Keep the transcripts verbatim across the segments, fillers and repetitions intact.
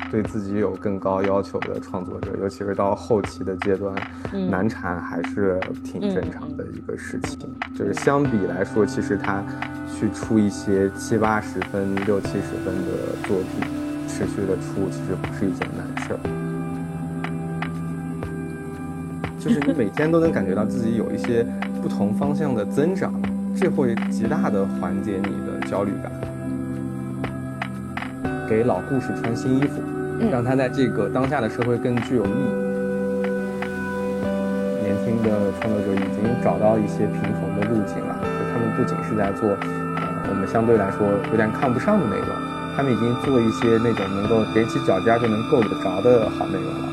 对自己有更高要求的创作者，尤其是到后期的阶段， 嗯难产还是挺正嗯嗯常的一个事情。就是嗯相比来说，其实他去出一些七八十分、六七十分的作品，持续的出，其实不是一件难事儿。就是你每天都能感觉到自己有一些不同方向的增长，这会极大的缓解你的焦虑感。给老故事穿新衣服， 嗯。 让它在这个当下的社会更具有意义。年轻的创作者已经找到一些平衡的路径了，就他们不仅是在做，呃，我们相对来说有点看不上的内容，他们已经做一些那种能够踮起脚尖就能够得着的好内容了。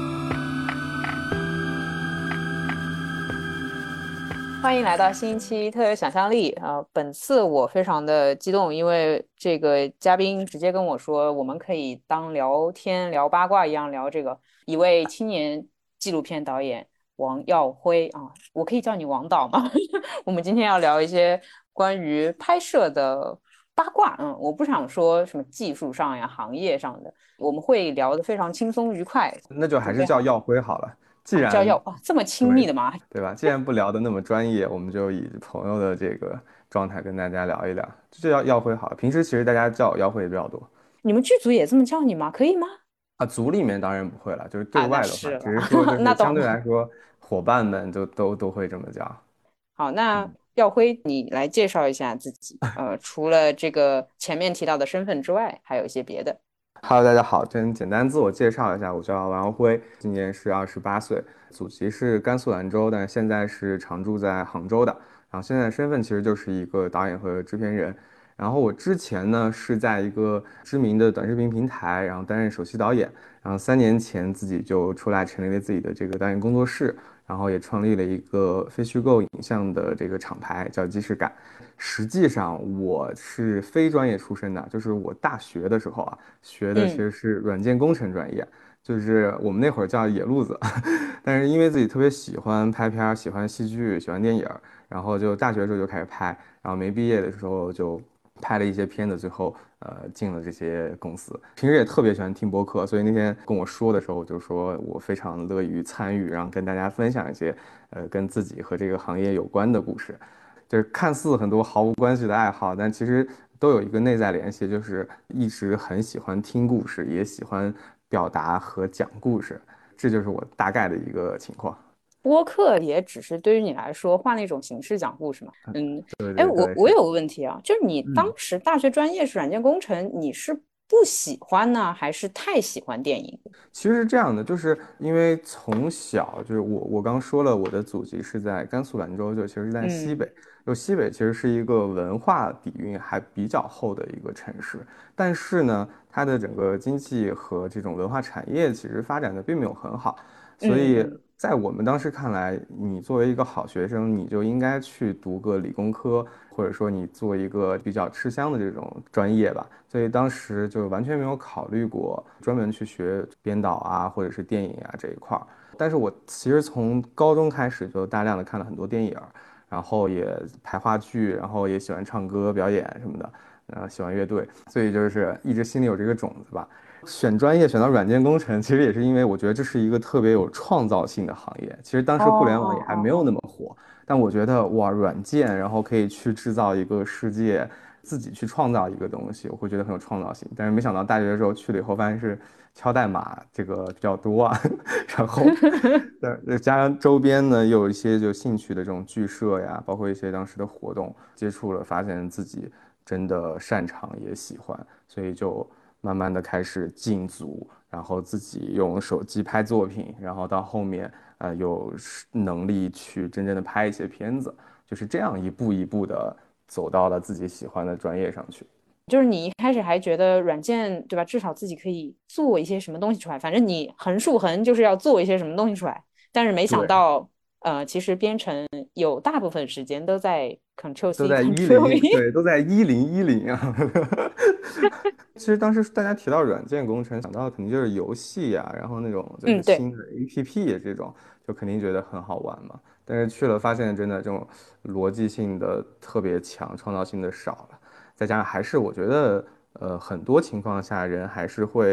欢迎来到新一期特有想象力啊、呃！本次我非常的激动，因为这个嘉宾直接跟我说，我们可以当聊天聊八卦一样聊这个一位青年纪录片导演王耀辉啊，我可以叫你王导吗？我们今天要聊一些关于拍摄的八卦，嗯，我不想说什么技术上呀、行业上的，我们会聊得非常轻松愉快。 那就还准备好是叫耀辉好了，既啊？叫然耀啊，这么亲密对的吗？ 对吧？既然不聊得那么专业，我们就以朋友的这个状态跟大家聊一聊，就叫耀辉好了。平时其实大家叫我耀辉也比较多。 你们剧组也这么叫你吗？可以吗？ 啊，组里面当然不会了，就是对啊，那外的话， 是了， 只是说就那是相懂了。 对来说，伙伴们就都都会这么叫。 好，那嗯耀辉，你来介绍一下自己。呃，除了这个前面提到的身份之外，还有一些别的。 ，Hello，大家好，先简单自我介绍一下，我叫王耀辉，今年是二十八岁，祖籍是甘肃兰州，但是现在是常住在杭州的。然后现在身份其实就是一个导演和制片人。然后我之前呢是在一个知名的短视频平台，然后担任首席导演。然后三年前自己就出来成立了自己的这个导演工作室，然后也创立了一个非虚构影像的这个厂牌，叫即视感。实际上我是非专业出身的，就是我大学的时候啊，学的其嗯实是软件工程专业，就是我们那会儿叫野路子。但是因为自己特别喜欢拍片儿，喜欢戏剧，喜欢电影，然后就大学的时候就开始拍，然后没毕业的时候就拍了一些片子，最后呃进了这些公司。平时也特别喜欢听播客，所以那天跟我说的时候，我就说我非常乐于参与，然后跟大家分享一些呃跟自己和这个行业有关的故事。就是看似很多毫无关系的爱好，但其实都有一个内在联系，就是一直很喜欢听故事，也喜欢表达和讲故事，这就是我大概的一个情况。 播客也只是对于你来说换了一种形式讲故事嘛。嗯。哎， 对对对，是的。 我我有个问题啊，就是你当嗯。 时大学专业是软件工程，你是不喜欢呢，还是太喜欢电影？ 其实是这样的，就是因为从小就是我我刚说了，我的祖籍是在甘肃兰州，就其实是在西嗯北。就西北其实是一个文化底蕴还比较厚的一个城市，但是呢，它的整个经济和这种文化产业其实发展的并没有很好，所以嗯嗯在我们当时看来，你作为一个好学生，你就应该去读个理工科，或者说你做一个比较吃香的这种专业吧。所以当时就完全没有考虑过专门去学编导啊，或者是电影啊这一块儿。但是我其实从高中开始就大量的看了很多电影，然后也拍话剧，然后也喜欢唱歌、表演什么的，呃，喜欢乐队，所以就是一直心里有这个种子吧。选专业选到软件工程，其实也是因为我觉得这是一个特别有创造性的行业。其实当哦时互联网也哦还没有那哦哦。 么火，但我觉得哇，软件然后可以去制造一个世界，自己去创造一个东西，我会觉得很有创造性。但是没想到大学的时候去了以后，发现是敲代码这个比较多啊，然后再加上周边呢又有一些就兴趣的这种剧社呀，包括一些当时的活动，接触了，发现自己真的擅长也喜欢，所以就慢慢的开始进组，然后自己用手机拍作品，然后到后面呃有能力去真正的拍一些片子，就是这样一步一步的走到了自己喜欢的专业上去。 就是你一开始还觉得软件，对吧？至少自己可以做一些什么东西出来，反正你横竖横就是要做一些什么东西出来。但是没想对， 到，呃，其实编程有大部分时间都在 Control 都 C 在一 Control 零， V。 对，都在一零一零啊。其实当时大家提到软件工程，想到的肯定就是游戏呀、然后那种就是嗯，对。 新的 A P P 这种，就肯定觉得很好玩嘛。但是去了发现，真的这种逻辑性的特别强，创造性的少了。再加上还是我觉得，呃，很多情况下人还是会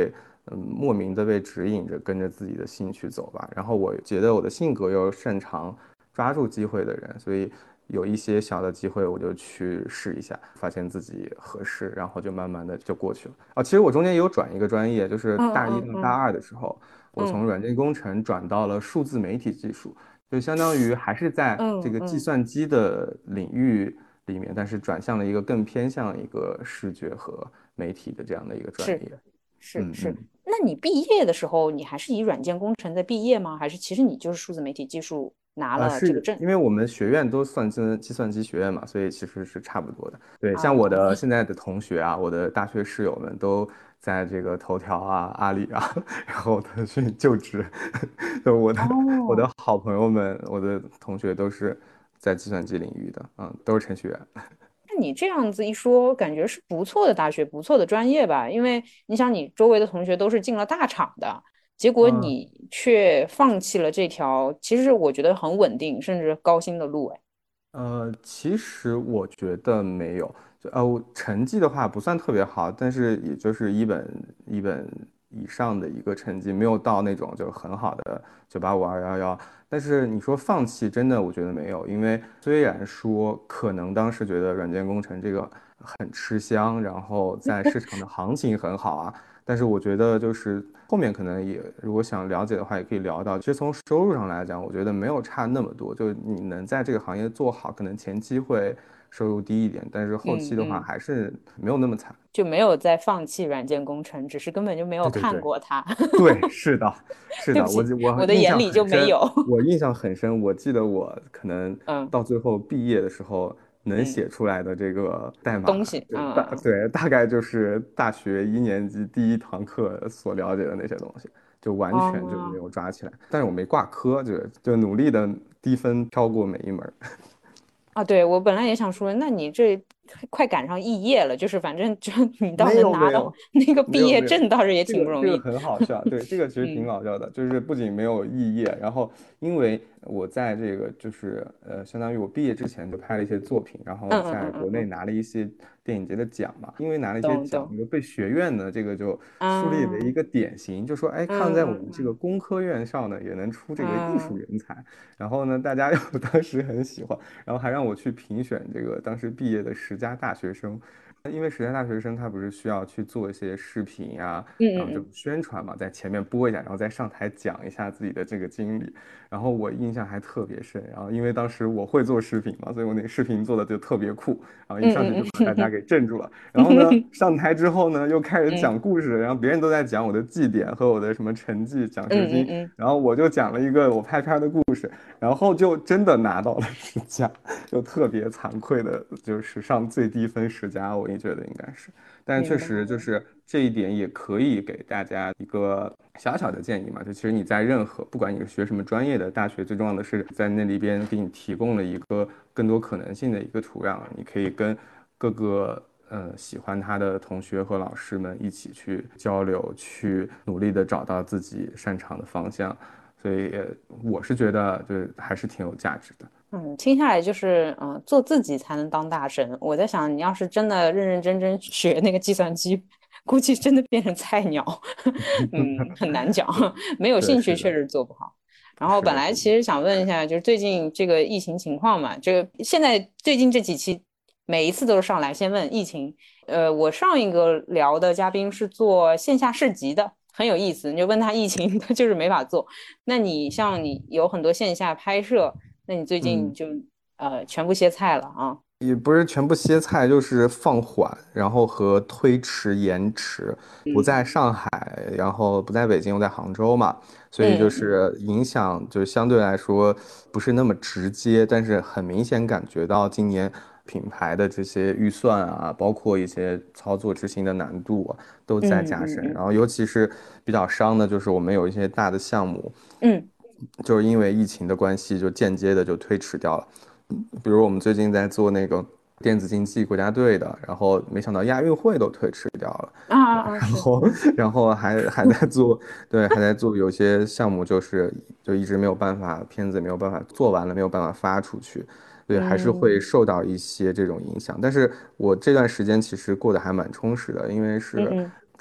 嗯，莫名的被指引着跟着自己的心去走吧。然后我觉得我的性格又擅长抓住机会的人，所以有一些小的机会我就去试一下，发现自己合适，然后就慢慢的就过去了。啊，其实我中间也有转一个专业，就是嗯大一嗯嗯到大二的时候，我嗯从软件工程转到了数字媒体技术，就相当于还是在这个计嗯嗯， 算机的领域里面，但是转向了一个更偏向一个视觉和媒体的这样的一个专是业。 是是。 嗯嗯。 那你毕业的时候，你还是以软件工程在毕业吗？还是其实你就是数字媒体技术拿呃， 了这个证？ 是因为我们学院都算计计算机学院嘛，所以其实是差不多的。对，像我啊， 的现在的同学啊，我的大学室友们都在这个头条啊、阿里啊，然后腾讯就职。就我的我的哦， 好朋友们，我的同学都是在计算机领域的，嗯，都是程序员。 那你这样子一说，感觉是不错的大学，不错的专业吧？因为你想，你周围的同学都是进了大厂的，结果嗯， 你却放弃了这条，其实我觉得很稳定，甚至高薪的路。哎， 呃，其实我觉得没有，就呃，我成绩的话不算特别好，但是也就是一本一本以上的一个成绩，没有到那种就很好的九八五二幺幺。但是你说放弃，真的我觉得没有，因为虽然说可能当时觉得软件工程这个很吃香，然后在市场的行情很好啊。但是我觉得就是后面可能也，如果想了解的话，也可以聊到。其实从收入上来讲，我觉得没有差那么多。就你能在这个行业做好，可能前期会收入低一点，但是后期的话嗯嗯， 还是没有那么惨。 就没有再放弃软件工程，只是根本就没有对对对。 看过它。 对，是的，是的，我对不起， 就我我的印象眼里就很深， 没有。 我印象很深。我记得我可能嗯到最后毕业的时候，能嗯， 写出来的这个代码， 东西， 就大嗯对，大概就是大学一年级第一堂课所了解的那些东西，就完全就没哦， 有抓起来。但是我没挂科，就就努力的低分飘过每一门儿。 啊，对，我本来也想说，那你这快赶上肄业了，就是反正就你倒没能拿到有没有那个毕业没有没有， 证，倒是也这个这个挺不容易。 很好笑，对，这个其实挺嗯搞笑的，就是不仅没有肄业，然后因为我在这个就是呃，相当于我毕业之前就拍了一些作品，然后嗯嗯在嗯嗯嗯， 国内拿了一些电影节的奖嘛，因为拿了一些奖， 懂懂。 就被学院呢这个就树立为一嗯个典型，就说哎，看嗯在我们这个嗯工科院校呢也能出这个艺术嗯人才，然后呢大家又当时很喜欢，然后还让我去评选这个当时毕业的十佳大学生。因为时代大学生他不是需要去做一些视频呀， 嗯然后这种嗯嗯宣传嘛，在前面播一下，然后再上台讲一下自己的这个经历。然后我印象还特别深，然后因为当时我会做视频嘛，所以我那个视频做的就特别酷，然后一上去就嗯嗯把大家给镇住了。然后呢， 嗯上台之后呢，又开始嗯讲故事，然后别人都在讲我的绩点和我的什么成绩、奖学金， 嗯嗯然后我就讲了一个我拍片的故事，然后就真的拿到了十佳。就特别惭愧的，就是史上最低分十佳，我也觉得应该是。但是确明白。 实就是这一点也可以给大家一个小小的建议嘛，就其实你在任何不管你是学什么专业的，大学最重要的是在那里边给你提供了一个更多可能性的一个土壤，你可以跟各个呃喜欢他的同学和老师们一起去交流，去努力的找到自己擅长的方向。所以我是觉得就是还是挺有价值的。 嗯，听下来就是，嗯、做自己才能当大神。我在想，你要是真的认认真真学那个计算机，估计真的变成菜鸟。嗯，很难讲，没有对， 兴趣确是的， 实做不好。然后是的， 本来是的。 其实想问一下，就是最近这个疫情情况嘛，这个现在最近这几期每一次都是上来先问疫情。呃，我上一个聊的嘉宾是做线下市集的，很有意思。你就问他疫情，他就是没法做。那你像你有很多线下拍摄，那你最近嗯， 就呃全部歇菜了啊？ 也不是全部歇菜，就是放缓，然后和推迟、延迟，不嗯在上海，然后不在北京，我在杭州嘛，所以就嗯嗯嗯是影响就是相对来说不是那么直接，但是很明显感觉到今年品牌的这些预算啊，包括一些操作执行的难度啊，都在加深。 嗯嗯嗯然后尤其是比较伤的，就是我们有一些大的项目， 嗯就是因为疫情的关系，就间接的就推迟掉了。比如我们最近在做那个电子竞技国家队的，然后没想到亚运会都推迟掉了， 啊啊啊是， 然后然后还还在做，对，还在做有些项目就是就一直没有办法，片子没有办法做完了，没有办法发出去，对，还是会嗯受到一些这种影响。但是我这段时间其实过得还蛮充实的，因为是嗯嗯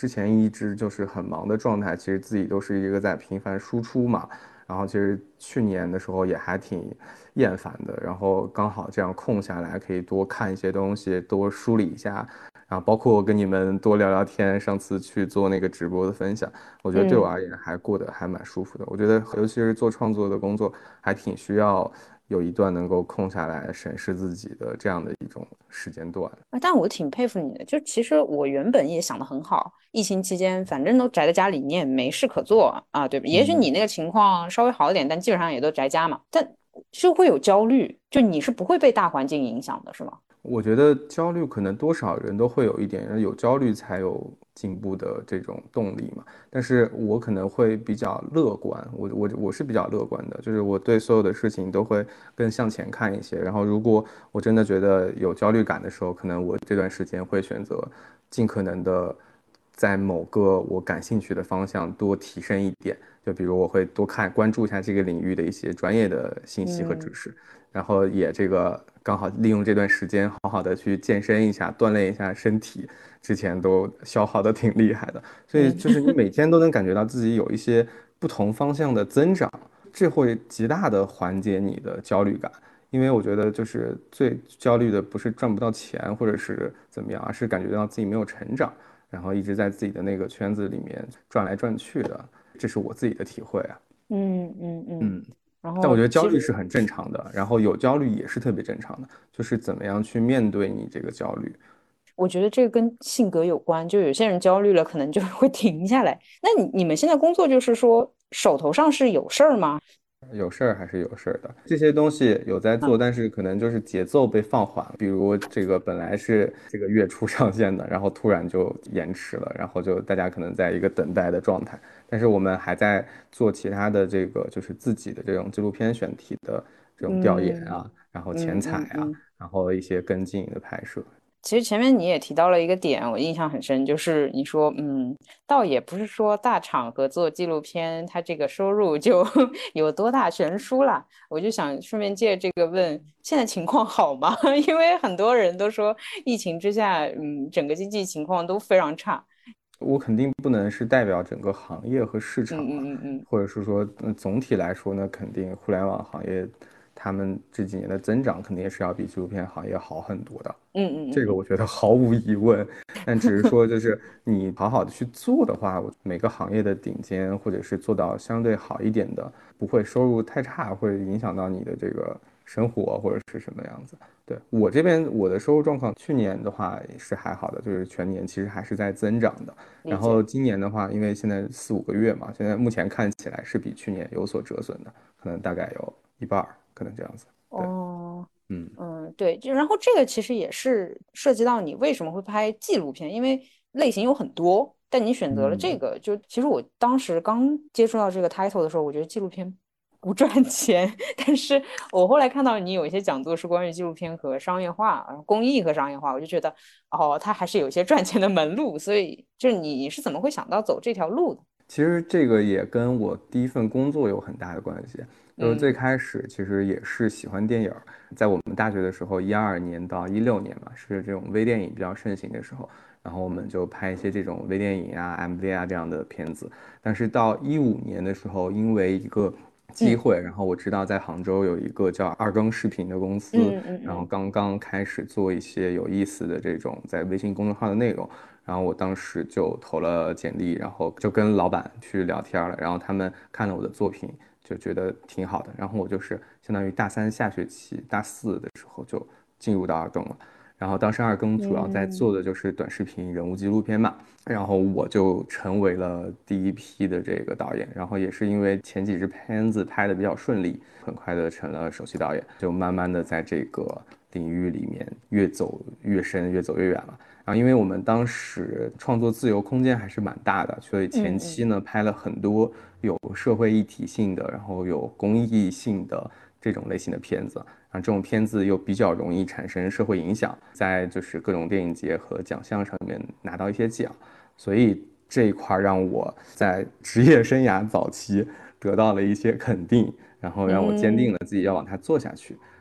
之前一直就是很忙的状态，其实自己都是一个在频繁输出嘛。然后其实去年的时候也还挺厌烦的，然后刚好这样空下来，可以多看一些东西，多梳理一下，然后包括跟你们多聊聊天。上次去做那个直播的分享，我觉得对我嗯。 而言还过得还蛮舒服的。我觉得尤其是做创作的工作，还挺需要有一段能够空下来审视自己的这样的一种时间段。 啊，但我挺佩服你的，就其实我原本也想得很好，疫情期间反正都宅在家里，你也没事可做啊，对吧？也许你嗯。 那个情况稍微好一点，但基本上也都宅家嘛，但就会有焦虑，就你是不会被大环境影响的，是吗？ 我觉得焦虑可能多少人都会有一点，有焦虑才有进步的这种动力嘛。但是我可能会比较乐观，我我我是比较乐观的，就是我对所有的事情都会更向前看一些。然后如果我真的觉得有焦虑感的时候，可能我这段时间会选择尽可能的在某个我感兴趣的方向多提升一点。就比如我会多看关注一下这个领域的一些专业的信息和知嗯识。然后也这个刚好利用这段时间，好好的去健身一下，锻炼一下身体，之前都消耗的挺厉害的，所以嗯。 就是你每天都能感觉到自己有一些不同方向的增长，这会极大的缓解你的焦虑感。因为我觉得就是最焦虑的不是赚不到钱或者是怎么样，而是感觉到自己没有成长，然后一直在自己的那个圈子里面转来转去的，这是我自己的体会啊。 嗯嗯嗯， 嗯。 然但我觉得焦后其实虑是很正常的，然后有焦虑也是特别正常的，就是怎么样去面对你这个焦虑。 我觉得这个跟性格有关，就有些人焦虑了，可能就会停下来。那你你们现在工作就是说手头上是有事儿吗？ 有事儿还是有事儿的，这些东西有在做，但是可能就是节奏被放缓了。比如这个本来是这个月初上线的，然后突然就延迟了，然后就大家可能在一个等待的状态。但是我们还在做其他的这个，就是自己的这种纪录片选题的这种调研嗯啊，然后前嗯采啊， 嗯嗯。 然后一些跟进的拍摄。 其实前面你也提到了一个点，我印象很深，就是你说，嗯，倒也不是说大厂合作纪录片，它这个收入就有多大悬殊啦。我就想顺便借这个问，现在情况好吗？因为很多人都说疫情之下，嗯，整个经济情况都非常差。 我肯定不能是代表整个行业和市嗯场啊， 嗯嗯或者是说，嗯，总体来说呢，肯定互联网行业他们这几年的增长肯定也是要比纪录片行业好很多的， 嗯嗯嗯嗯这个我觉得毫无疑问。但只是说，就是你好好的去做的话，每个行业的顶尖或者是做到相对好一点的，不会收入太差，会影响到你的这个生活或者是什么样子。对，我这边我的收入状况，去年的话也是还好的，就是全年其实还是在增长的。然后理解。 今年的话，因为现在四五个月嘛，现在目前看起来是比去年有所折损的，可能大概有一半儿，可能这样子。对。 哦。 嗯。 嗯，对，就然后这个其实也是涉及到你为什么会拍纪录片，因为类型有很多，但你选择了这嗯。 个，就其实我当时刚接触到这个 title 的时候，我觉得纪录片不赚钱，但是我后来看到你有一些讲座是关于纪录片和商业化，然后公益和商业化，我就觉得哦，它还是有一些赚钱的门路，所以就是你是怎么会想到走这条路的？ 其实这个也跟我第一份工作有很大的关系，就是最嗯开始其实也是喜欢电影儿，在我们大学的时候，一二年到一六年嘛，是这种微电影比较盛行的时候，然后我们就拍一些这种微电影啊、M V 啊这样的片子。但是到一五年的时候，因为一个机嗯会，然后我知道在杭州有一个叫二更视频的公司， 嗯嗯嗯然后刚刚开始做一些有意思的这种在微信公众号的内容。然后我当时就投了简历，然后就跟老板去聊天了，然后他们看了我的作品，就觉得挺好的，然后我就是相当于大三下学期，大四的时候就进入到二更了。然后当时二更主要在嗯做的就是短视频、人物纪录片嘛，然后我就成为了第一批的这个导演，然后也是因为前几支片子拍的比较顺利，很快的成了首席导演，就慢慢的在这个领域里面越走越深，越走越远了。然后，因为我们当时创作自由空间还是蛮大的，所以前嗯嗯期呢拍了很多有社会议题性的，然后有公益性的这种类型的片子。然后这种片子又比较容易产生社会影响，在就是各种电影节和奖项上面拿到一些奖，所以这一块让我在职业生涯早期得到了一些肯定，然后让我坚定嗯了自己要往它做下去。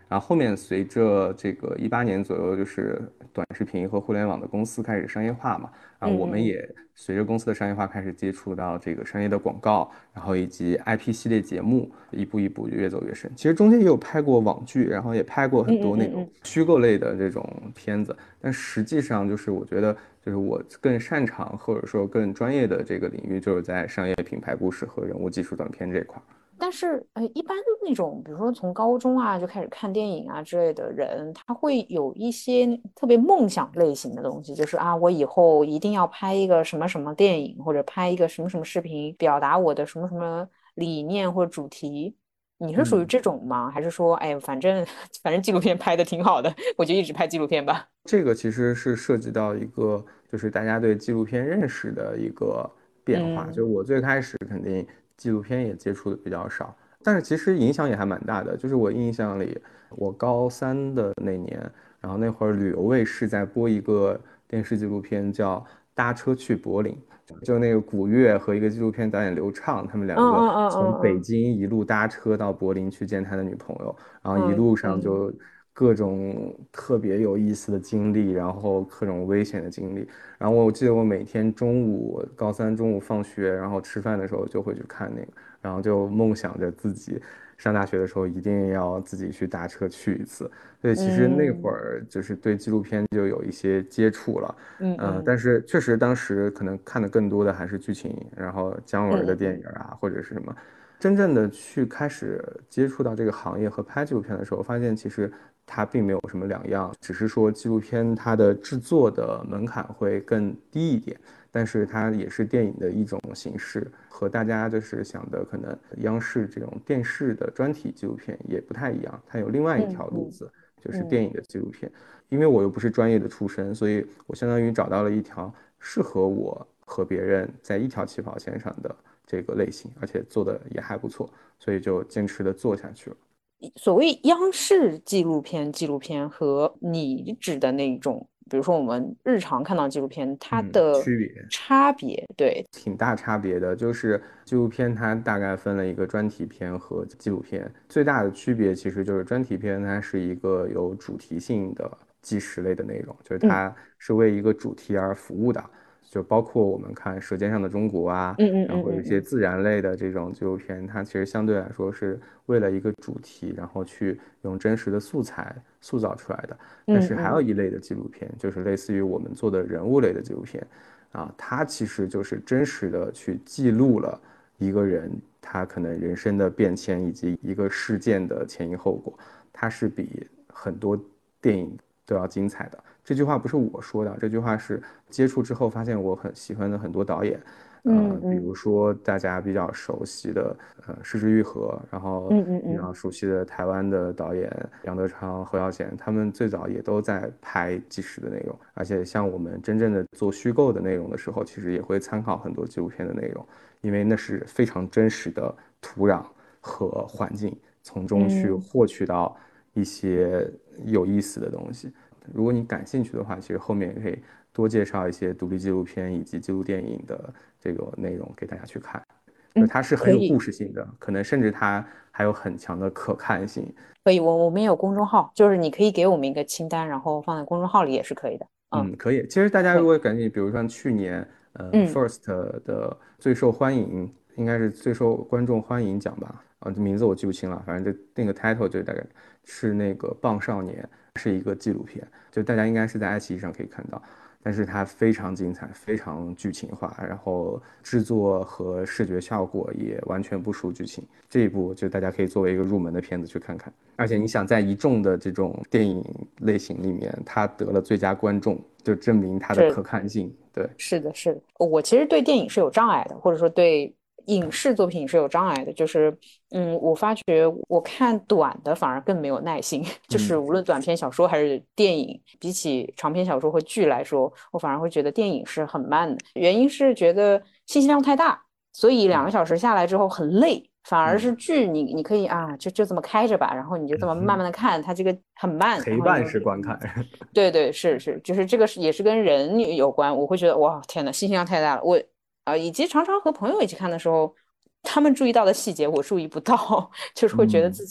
然后后面随着这个一八年左右，就是短视频和互联网的公司开始商业化嘛，然后我们嗯嗯也随着公司的商业化开始接触到这个商业的广告，然后以及 I P 系列节目，一步一步就越走越深。其实中间也有拍过网剧，然后也拍过嗯很多那种嗯嗯嗯。 虚构类的这种片子，但实际上就是我觉得，就是我更擅长或者说更专业的这个领域，就是在商业品牌故事和人物技术短片这块儿。 但是，呃，一般那种，比如说从高中啊就开始看电影啊之类的人，他会有一些特别梦想类型的东西，就是啊，我以后一定要拍一个什么什么电影，或者拍一个什么什么视频，表达我的什么什么理念或者主题。你是属于嗯。 这种吗？还是说，哎，反正反正纪录片拍的挺好的，我就一直拍纪录片吧？ 这个其实是涉及到一个，就是大家对纪录片认识的一个变化。 嗯就我最开始肯定纪录片也接触的比较少，但是其实影响也还蛮大的。就是我印象里，我高三的那年，然后那会儿旅游卫视在播一个电视纪录片叫《搭车去柏林》，就那个古月和一个纪录片导演刘畅，他们两个嗯嗯嗯从北嗯京一路搭车到柏林去见他的女朋友，然后一嗯路嗯嗯上就各种特别有意思的经历，然后各种危险的经历。然后我记得我每天中午，高三中午放学，然后吃饭的时候就会去看那个，然后就梦想着自己上大学的时候一定要自己去打车去一次。所以其实那会嗯儿就是对纪录片就有一些接触了。呃， 嗯嗯但是确实当时可能看的更多的还是剧情，然后姜文的嗯嗯嗯电影啊，或者是什么。真正的去开始接触到这个行业和拍纪录片的时候，发现其实它并没有什么两样，只是说纪录片它的制作的门槛会更低一点，但是它也是电影的一种形式，和大家就是想的可能央视这种电视的专题纪录片也不太一样，它有另外一嗯嗯条路子，就是电嗯影的纪录片。因为我又不是专业的出身，所以我相当于找到了一条适合我和别人在一条起跑线上的这个类型，而且做的也还不错，所以就坚持的做下去了。 所谓央视纪录片，纪录片和你指的那种，比如说我们日常看到纪录片，它嗯， 的区别差别，对， 挺大差别的，就是纪录片它大概分了一个专题片和纪录片，最大的区别其实就是专题片它是一个有主题性的纪实类的内容，就是嗯它是为一个主题而服务的，就包括我们看《舌尖上的中国》啊， 嗯嗯然后有一些嗯嗯自然类的这种纪录片，它其实相对来说是为了一个主题，然后去用真实的素材塑造出来的。但是还有嗯嗯一类的纪录片，就是类似于我们做的人物类的纪录片。啊，它其实就是真实的去记录了一个人他可能人生的变迁以及一个事件的前因后果，它是比很多电影都要精彩的。这句话不是我说的，这句话是接触之后发现我很喜欢的很多导演，呃，比嗯嗯如说大家比较熟悉的呃失之愈合，然后嗯嗯嗯比较熟悉的台湾的导演杨德昌、侯耀贤，他们最早也都在拍纪实的内容，而且像我们真正的做虚构的内容的时候，其实也会参考很多纪录片的内容，因为那是非常真实的土壤和环境，从中去嗯获取到一些有意思的东西。如果你感兴趣的话，其实后面也可以多介绍一些独立纪录片以及纪录电影的这个内容给大家去看。就是嗯， 它是很有故可以事性的，可能甚至它还有很强的可看性。 可以，我我们也有公众号，就是你可以给我们一个清单，然后放在公众号里也是可以的。嗯， 嗯，可以。其实大家如对， 果感兴趣，比如说去年呃嗯 First 的最受欢迎，应该是最受观众欢迎奖吧？啊，这名字我记不清了，反正就那个 title 就大概是那个《棒少年》，是一个纪录片，就大家应该是在爱奇艺上可以看到。但是它非常精彩，非常剧情化，然后制作和视觉效果也完全不输剧情。这一部就大家可以作为一个入门的片子去看看。而且你想在一众的这种电影类型里面，它得了最佳观众，就证明它的可是看性。对， 是的，是的，我其实对电影是有障碍的，或者说对影视作品是有障碍的。就是，嗯，我发觉我看短的反而更没有耐心，就是嗯， 无论短篇小说还是电影，比起长篇小说和剧来说，我反而会觉得电影是很慢的。原因是觉得信息量太大，所以两个嗯小时下来之后很累。反而是嗯， 剧你，你可以啊，就就这么开着吧，然后你就这么慢慢的看，它这个很慢，然陪伴后有式观看。 对对是是，就是这个是也是跟人有关，我会觉得哇天呐，信息量太大了，我啊、呃以及常常和朋友一起看的时候，他们注意到的细节我注意不到，就是会觉得嗯， 自己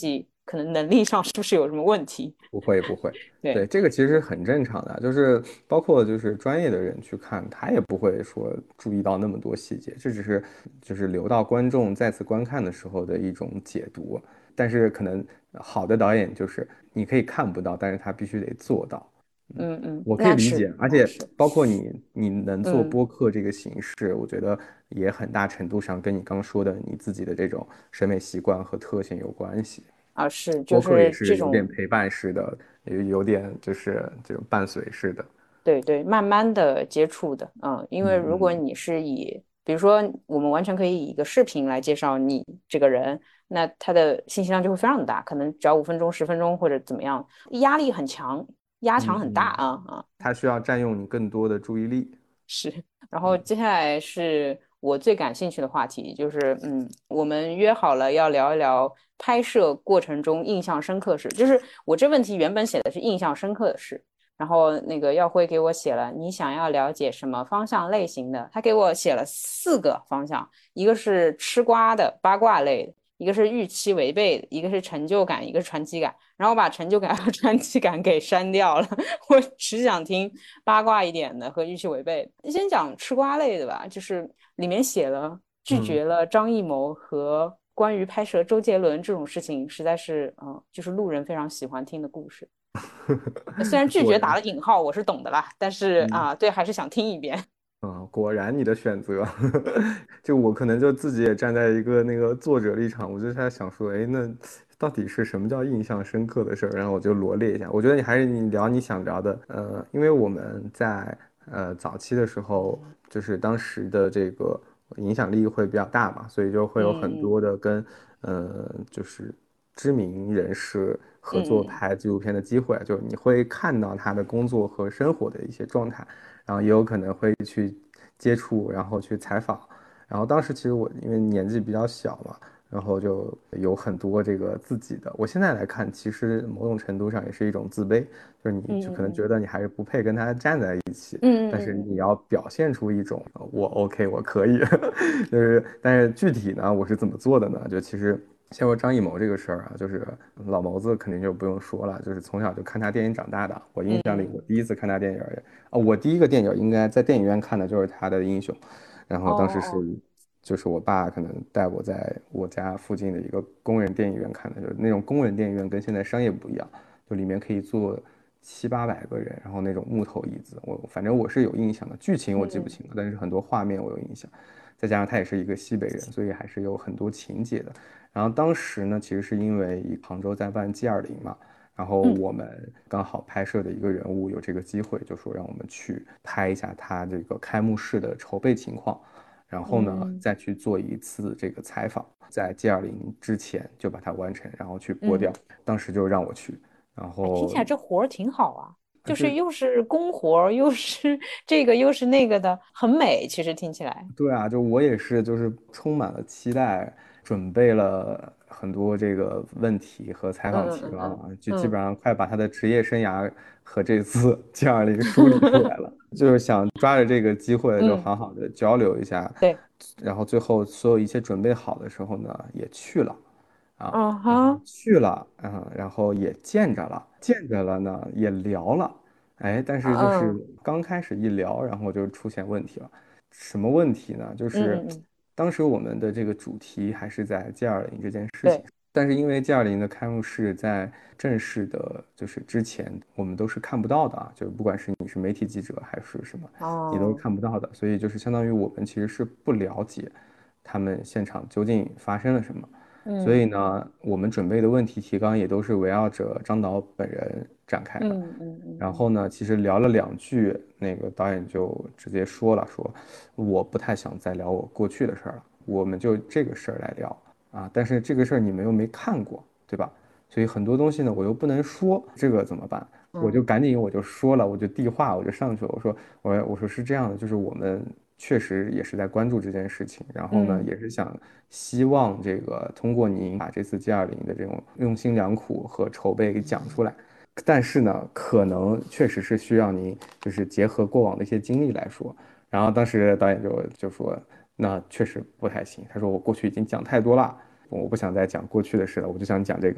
可能能力上是不是有什么问题？ 不会不会，对， 对， 这个其实很正常的，就是包括就是专业的人去看，他也不会说注意到那么多细节，这只是就是留到观众再次观看的时候的一种解读。但是可能好的导演就是你可以看不到，但是他必须得做到。 嗯嗯， 我可以那是理解，而且那是， 包括你你能做嗯。 播客这个形式，我觉得也很大程度上跟你刚说的你自己的这种审美习惯和特性有关系。 啊，是，就播客也是这是有点种， 陪伴式的，有有点就是这种伴随式的。 对对，慢慢的接触的，嗯，因为如果嗯嗯你是以，比如说我们完全可以以一个视频来介绍你这个人，那他的信息量就会非常大，可能只要五分钟、十分钟或者怎么样，压力很强，压强很大嗯嗯， 啊啊， 它需要占用你更多的注意力。 是。然后接下来是我最感兴趣的话题，就是嗯，我们约好了要聊一聊拍摄过程中印象深刻事，就是我这问题原本写的是印象深刻的事。然后那个耀辉给我写了你想要了解什么方向类型的，他给我写了四个方向，一个是吃瓜的八卦类的，一个是预期违背的，一个是成就感，一个是传奇感。然后我把成就感和传奇感给删掉了，我只想听八卦一点的和预期违背的。先讲吃瓜类的吧，就是里面写了拒嗯， 绝了张艺谋和关于拍摄周杰伦这种事情，实在是嗯、呃就是路人非常喜欢听的故事。虽然拒绝打果然， 了引号，我是懂的啦，但是嗯啊，对，还是想听一遍。 嗯，果然你的选择，就我可能就自己也站在一个那个作者立场，我就在想说，哎，那到底是什么叫印象深刻的事儿？然后我就罗列一下。我觉得你还是你聊你想聊的，呃，因为我们在呃早期的时候，就是当时的这个影响力会比较大嘛，所以就会有很嗯多的跟呃就是知名人士合作嗯拍纪录片的机会，就你会看到他的工作和生活的一些状态。然后也有可能会去接触，然后去采访。然后当时其实我因为年纪比较小嘛，然后就有很多这个自己的。我现在来看，其实某种程度上也是一种自卑，就是你就可能嗯嗯觉得你还是不配跟他站在一起， 嗯但是嗯嗯你要表现出一种呃我 OK，我可以，就是但是具体呢，我是怎么做的呢？就其实。像说张艺谋这个事儿啊，就是老谋子肯定就不用说了，就是从小就看他电影长大的。我印象里，我嗯， 第一次看他电影儿，哦，我第一个电影应该在电影院看的就是他的《英雄》，然哦后当时是哦就是我爸可能带我在我家附近的一个工人电影院看的，就是那种工人电影院跟现在商业不一样，就里面可以坐七八百个人，然后那种木头椅子，我反正我是有印象的，剧情我记不嗯清了，但是很多画面我有印象，再加上他也是一个西北人，所以还是有很多情节的。然后当时呢，其实是因为杭州在办 G 二零嘛。然后嗯我们刚好拍摄的一个人物有这个机会，就说让我们去拍一下他这个开幕式的筹备情况，然后呢嗯再去做一次这个采访，在 G 二零之前就把它完成，然后去播嗯， 掉。当时就让我去，然哎，听起后来这活儿挺好啊，就是就又是公活儿，又是这个又是那个的，很美。其实听起来， 对啊，就我也是，就是充满了期待，准备了很多这个问题和采访嗯提纲啊， 嗯嗯就基嗯本上快把他的职业生涯和这次 G 二零梳理出来了，就是想抓着这个机会就嗯， 好好的交流一下， 对， 然后最后所有一切准备好的时候呢，也去了。啊，然后嗯哈， 去了，嗯，然后也见着了，见着了呢，也聊了，哎，但是就是嗯刚开始一聊，然后就出现问题了。什么问题呢？就是嗯嗯嗯， 当时我们的这个主题还是在 G 二零这件事情， 对， 但是因为 G 二零的开幕式在正式的，就是之前我们都是看不到的啊，就是不管是你是媒体记者还是什么，你都是哦， 看不到的，所以就是相当于我们其实是不了解他们现场究竟发生了什么。所以嗯呢，我们准备的问题提纲也都是围绕着张导本人展开的。 嗯嗯嗯嗯然后呢，其实聊了两句，那个导演就直接说了，说我不太想再聊我过去的事儿了，我们就这个事儿来聊啊。但是这个事儿你们又没看过，对吧？所以很多东西呢，我又不能说，这个怎么办？我就嗯赶紧我就说了，我就递话，我就上去了，我说我我说是这样的，就是我们确实也是在关注这件事情，然后呢， 嗯也是想希望这个通过您把这次 G 二零的这种用心良苦和筹备给讲出来。但是呢，可能确实是需要您就是结合过往的一些经历来说。然后当时导演就就说，那确实不太行。他说我过去已经讲太多了，我不想再讲过去的事了，我就想讲这个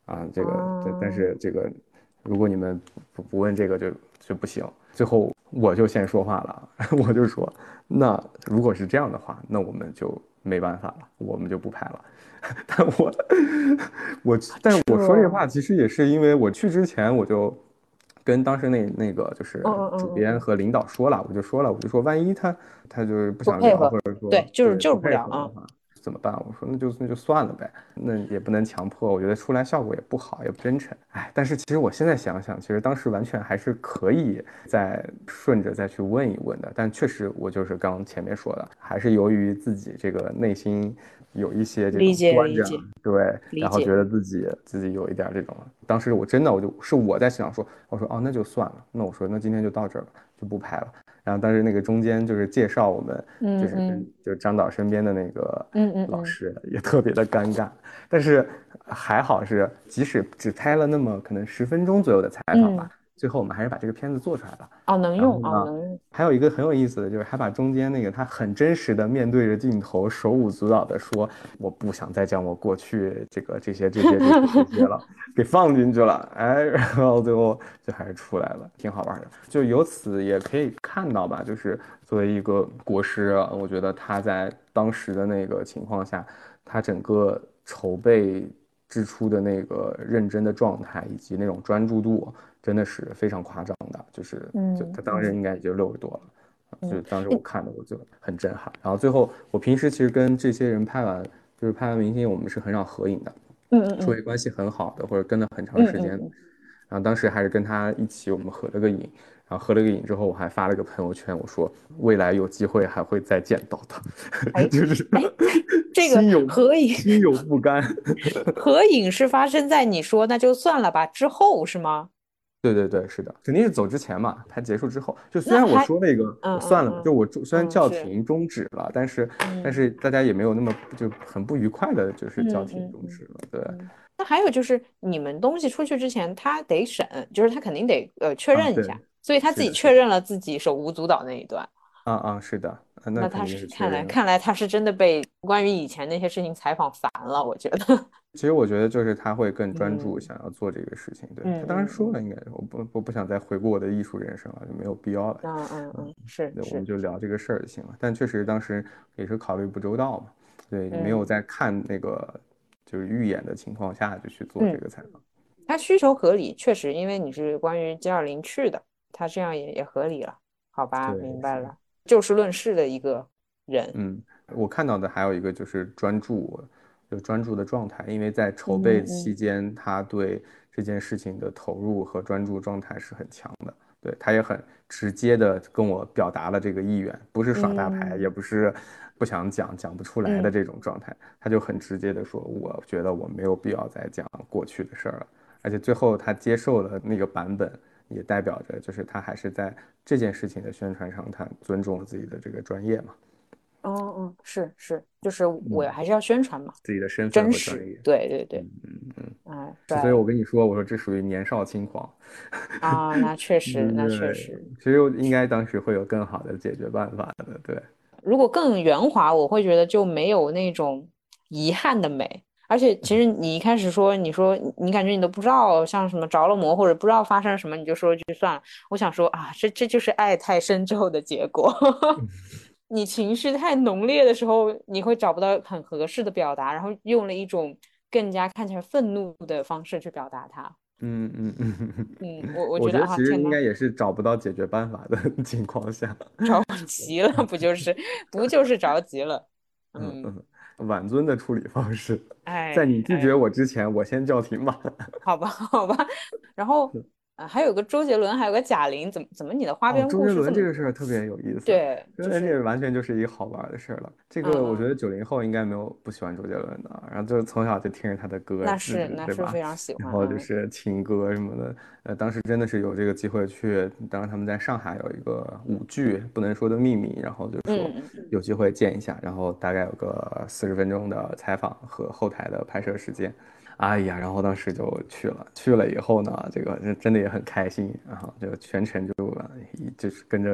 啊，这个但但啊， 是这个如果你们不不问这个就就不行。最后我就先说话了，我就说，那如果是这样的话，那我们就没办法了，我们就不拍了。但我我但是我说这这， 话其实也是因为我去之前我就跟当时那那个就是嗯嗯主嗯嗯， 编和领导说了，我就说了，我就说万一他他就是不想聊， 不配合， 或者说对，就是对不就是不聊啊。 配合的话怎么办？我说那就那就算了呗，那也不能强迫，我觉得出来效果也不好，也不真诚。哎，但是其实我现在想想，其实当时完全还是可以再顺着再去问一问的，但确实我就是刚前面说的，还是由于自己这个内心有一些这理种端着， 解理解对，然后觉理解， 得自己自己有一点这种，当时我真的我就是我在想说，我说哦那就算了，那我说那今天就到这儿吧，就不拍了。然后当时那个中间就是介绍我们，就是跟嗯嗯就是张导身边的那个嗯嗯嗯老师也特别的尴尬，但是还好是即使只拍了那么可能十分钟左右的采访吧， 嗯， 最后我们还是把这个片子做出来了。 哦，能用哦， 然后呢， 能用， 还有一个很有意思的就是，还把中间那个他很真实的面对着镜头，手舞足蹈的说：“我不想再讲我过去这个这些这些这些这些了。”给放进去了，哎，然后最后就还是出来了，挺好玩的。就由此也可以看到吧，就是作为一个国师啊，我觉得他在当时的那个情况下，他整个筹备支出的那个认真的状态以及那种专注度，真的是非常夸张的。就是就他当时嗯嗯应该也就六十多了，就嗯， 是当时我看的我就很震撼。然后最后我平时其实跟这些人拍完，就是拍完明星，我们是很少合影的。 嗯嗯嗯处为关系很好的，或者跟了很长时间， 嗯嗯嗯， 然后当时还是跟他一起，我们合了个影，然后合了个影之后，我还发了个朋友圈，我说未来有机会还会再见到的， 哎就是哎，这个心有合影心有不甘。 合影是发生在你说那就算了吧之后是吗？ 对对对，是的，肯定是走之前嘛，拍结束之后，就虽然我那还说那个嗯我算了吧，就嗯嗯我中虽然嗯是叫停终止了，但是但嗯是大家也没有那么就很不愉快的，就是叫嗯停嗯嗯终止了，对， 嗯。那还有就是你们东西出去之前，他得审，就是他肯定得呃确啊对， 认一下，所以他自己是的，是的， 确认了自己手舞足蹈那一段。 啊啊是的，啊那那他肯定是是看来确认了。 看来他是真的被关于以前那些事情采访烦了，我觉得。 其实我觉得就是他会更专注嗯想要做这个事情，对，他嗯当时嗯嗯说了，应该我不我不想再回顾我的艺术人生了，就没有必要了， 嗯嗯嗯，是对，我们是， 就聊这个事儿就行了。但确实当时也是考虑不周到嘛，对，没有嗯在看那个就是预演的情况下就去做这嗯， 个采访。 他需求合理，确实，因为你是关于 G 二零去的，他这样也也合理了，好吧， 对，是， 明白了，就事论事的一个人。 嗯，我看到的还有一个就是专注，就专注的状态，因为在筹备嗯嗯期间，他对这件事情的投入和专注状态是很强的。对，他也很直接的跟我表达了这个意愿，不是耍大牌，也嗯不是不想讲讲不出来的嗯这种状态，他就很直接的说，我觉得我没有必要再讲过去的事儿了，而且最后他接受了那个版本，也代表着就是他还是在这件事情的宣传上，他尊重了自己的这个专业嘛。 嗯嗯，是是，就是我嗯， 还是要宣传嘛， 自己的身份真实， 和专业。 对对对， 嗯嗯嗯， 哎， 所以我帅跟你说，我说这属于年少轻狂。 啊，那确实，那确对， 实。 其实我应该当时会有更好的解决办法的。对， 如果更圆滑，我会觉得就没有那种遗憾的美。而且，其实你一开始说，你说你感觉你都不知道像什么着了魔，或者不知道发生了什么，你就说一句算了。我想说啊，这这就是爱太深之后的结果。你情绪太浓烈的时候，你会找不到很合适的表达，然后用了一种更加看起来愤怒的方式去表达它。 嗯嗯嗯， 嗯，我我觉得啊， 我觉得其实天呐， 应该也是找不到解决办法的情况下。 着急了，不就是不就是着急了？嗯， 嗯嗯，婉尊的处理方式，在你拒绝哎哎。 我之前，我先叫停吧。 好吧，好吧。然后，呃，还有个周杰伦，还有个贾玲，怎么怎么你的花哦， 边故周杰伦这事这么多？ 个事儿特别有意思， 对， 周杰伦这就是， 完全就是一个好玩的事儿了。这个我觉嗯嗯， 得九零后应该没有不喜欢周杰伦的，然后就是从小就听着他的歌， 那自是那对吧？ 是非常喜欢， 然后就嗯是情歌什么的，呃，当时真的是有这个机会去，当时他们在上海有一个舞剧不能说的秘密，然后就说嗯嗯嗯， 有机会见一下，然后大概有个四十分钟的采访和后台的拍摄时间。哎呀，然后当时就去了，去了以后呢，这个真真的也很开心，然后就全程就就是跟着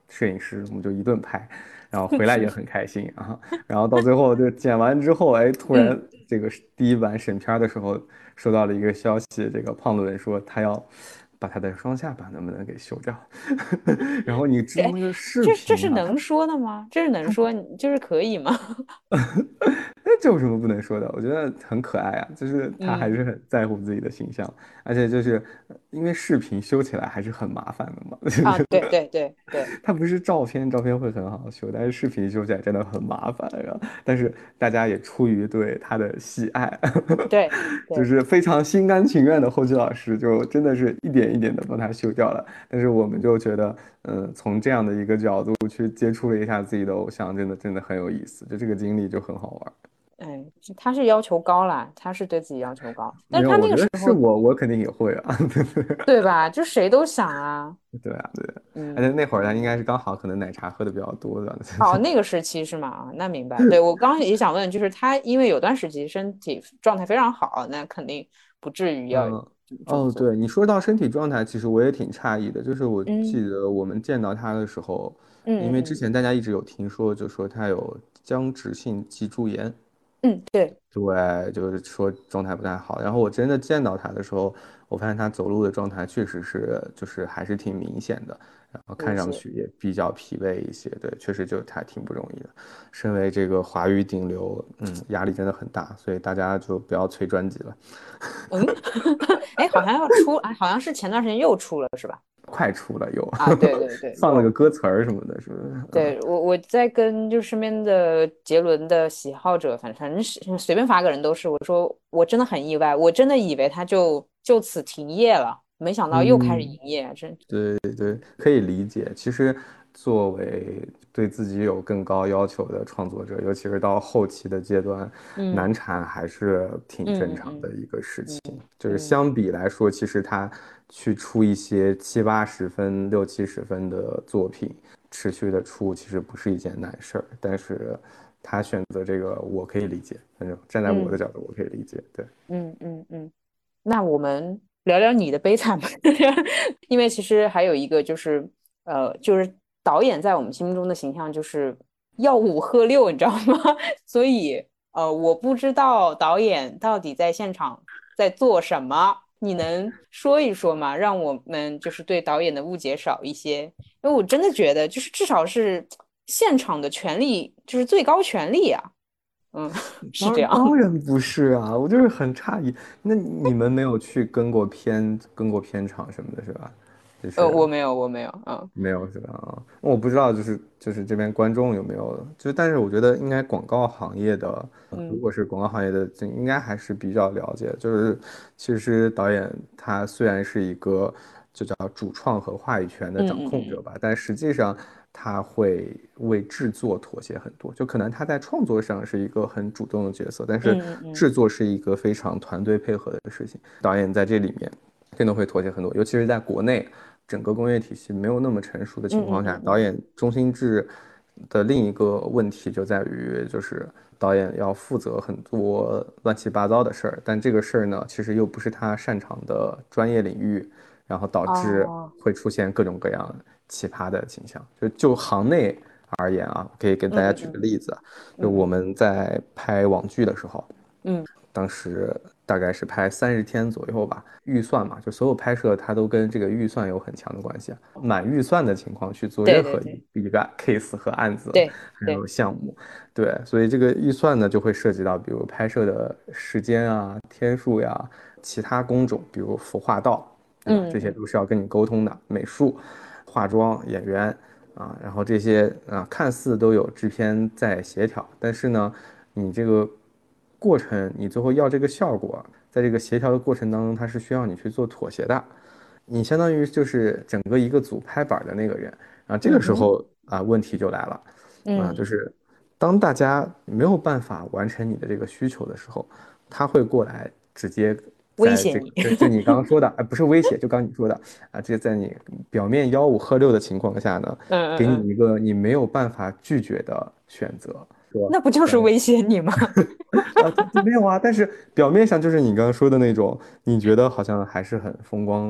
摄影师，我们就一顿拍，然后回来也很开心啊。然后到最后就剪完之后，哎，突然嗯， 这个第一版审片的时候收到了一个消息，这个胖伦说他要把他的双下巴能不能给修掉。然后你知道哎， 那个视这这频啊，他是能说的吗？这是能说，就是可以吗？ 那这有什么不能说的？我觉得很可爱啊，就是他还嗯是很在乎自己的形象，而且就是呃因为视频修起来还是很麻烦的嘛，就啊， 是对对对对它不是照片，照片会很好修，但是视频修起来真的很麻烦。然后，但是大家也出于对他的喜爱， 对就对， 是非常心甘情愿的，后期老师就真的是一点一点的帮他修掉了。但是我们就觉得，嗯，从这样的一个角度去接触了一下自己的偶像，真的真的很有意思，就这个经历就很好玩。 哎，他是要求高啦，他是对自己要求高，但没有， 是他那我觉得个时候， 是我，我肯定也会啊。 对吧？就谁都想啊， 对啊，对啊，而且嗯。 那会儿他应该是刚好可能奶茶喝的比较多的。 哦，那个时期是吗？啊，那明白。对，我刚刚也想问，就是他因为有段时期身体状态非常好，那肯定不至于要嗯，哦， 这么做。 对，你说到身体状态，其实我也挺诧异的。就是我记嗯得我们见到他的时候，因为之嗯嗯前大家一直有听说，就说他有僵直性脊柱炎， 嗯，对， 对，就是说状态不太好。然后我真的见到他的时候，我发现他走路的状态确实是，就是还是挺明显的，然后看上理解。 去也比较疲惫一些。对，确实就还挺不容易的。身为这个华语顶流，嗯，压力真的很大，所以大家就不要催专辑了。 嗯，哎，好像要出，哎，好像是前段时间又出了，是吧？ 快出了有， 啊，对对对， 放了个有。 歌词儿什么的，是不是？嗯， 对，我我在跟就身边的杰伦的喜好者，反正是随便发个人都是，我说我真的很意外，我真的以为他就就此停业了，没想到又开始营嗯， 业，真， 对对，可以理解。其实，作为对自己有更高要求的创作者，尤其是到后期的阶段，难嗯产还是挺嗯正常的嗯一个事情。 嗯就是嗯相比来说，其实他去出一些七八十分、六七十分的作品，持续的出，其实不是一件难事儿。但是他选择这个，我可以理解。反正站在我的嗯角度，我可以理解。对。 嗯嗯嗯，那我们聊聊你的悲惨吧，因为其实还有一个就是，呃，就是导演在我们心目中的形象就是吆五喝六，你知道吗？所以，呃，我不知道导演到底在现场在做什么，你能说一说吗？让我们就是对导演的误解少一些，因为我真的觉得就是至少是现场的权利就是最高权利啊，嗯，是这当样。 当然不是啊，我就是很诧异。那你们没有去跟过片跟过片场什么的，是吧？就呃， 是我没有，我没有，嗯没有是吧？啊，我不知道，就是就是这边观众有没有，就是但是我觉得应该广告行业的，如嗯果是广告行业的，这应该还是比较了解。就是其实导演他虽然是一个就叫主创和话语权的嗯掌嗯嗯控者吧，但实际上他会为制作妥协很多。就可能他在创作上是一个很主动的角色，但是嗯嗯嗯制作是一个非常团队配合的事情。导演在这里面真的会妥协很多，尤其是在国内。整个工业体系没有那么成熟的嗯情况下， 嗯嗯嗯导演中心制的另一个问题就在于，就是导演要负责很多乱七八糟的事儿，但这个事儿呢，其实又不是他擅长的专业领域，然后导致哦， 会出现各种各样奇葩的倾向。就就行内而言啊，可以给大家举个嗯嗯例子啊，就我嗯们在拍网剧的时候。 嗯当时大概是拍三十天左右吧，预算嘛，就所有拍摄它都跟这个预算有很强的关系啊。满预算的情况去做任何对对对一一个 case 和案子， 对对， 还有项目，对，所以这个预算呢就会涉及到，比如拍摄的时间啊、天数呀、其他工种，比如服化道，对吧？这些嗯嗯都是要跟你沟通的，美术、化妆、演员啊，然后这些啊看似都有制片在协调，但是呢，你这个过程，你最后要这个效果，在这个协调的过程当中，它是需要你去做妥协的。你相当于就是整个一个组拍板的那个人，啊，这个时嗯哼候啊，问题就来了，啊，就嗯， 是当大家没有办法完成你的这个需求的时候，他会过来直接在这个威胁你， 就就你刚刚说的，哎，不是威胁，就刚你说的啊，这在你表面吆五喝六的情况下呢， 嗯嗯嗯， 给你一个你没有办法拒绝的选择，说。 那不就是威胁你吗？ 啊，他他没有啊，但是表面上就是你刚刚说的那种，你觉得好像还是很风光、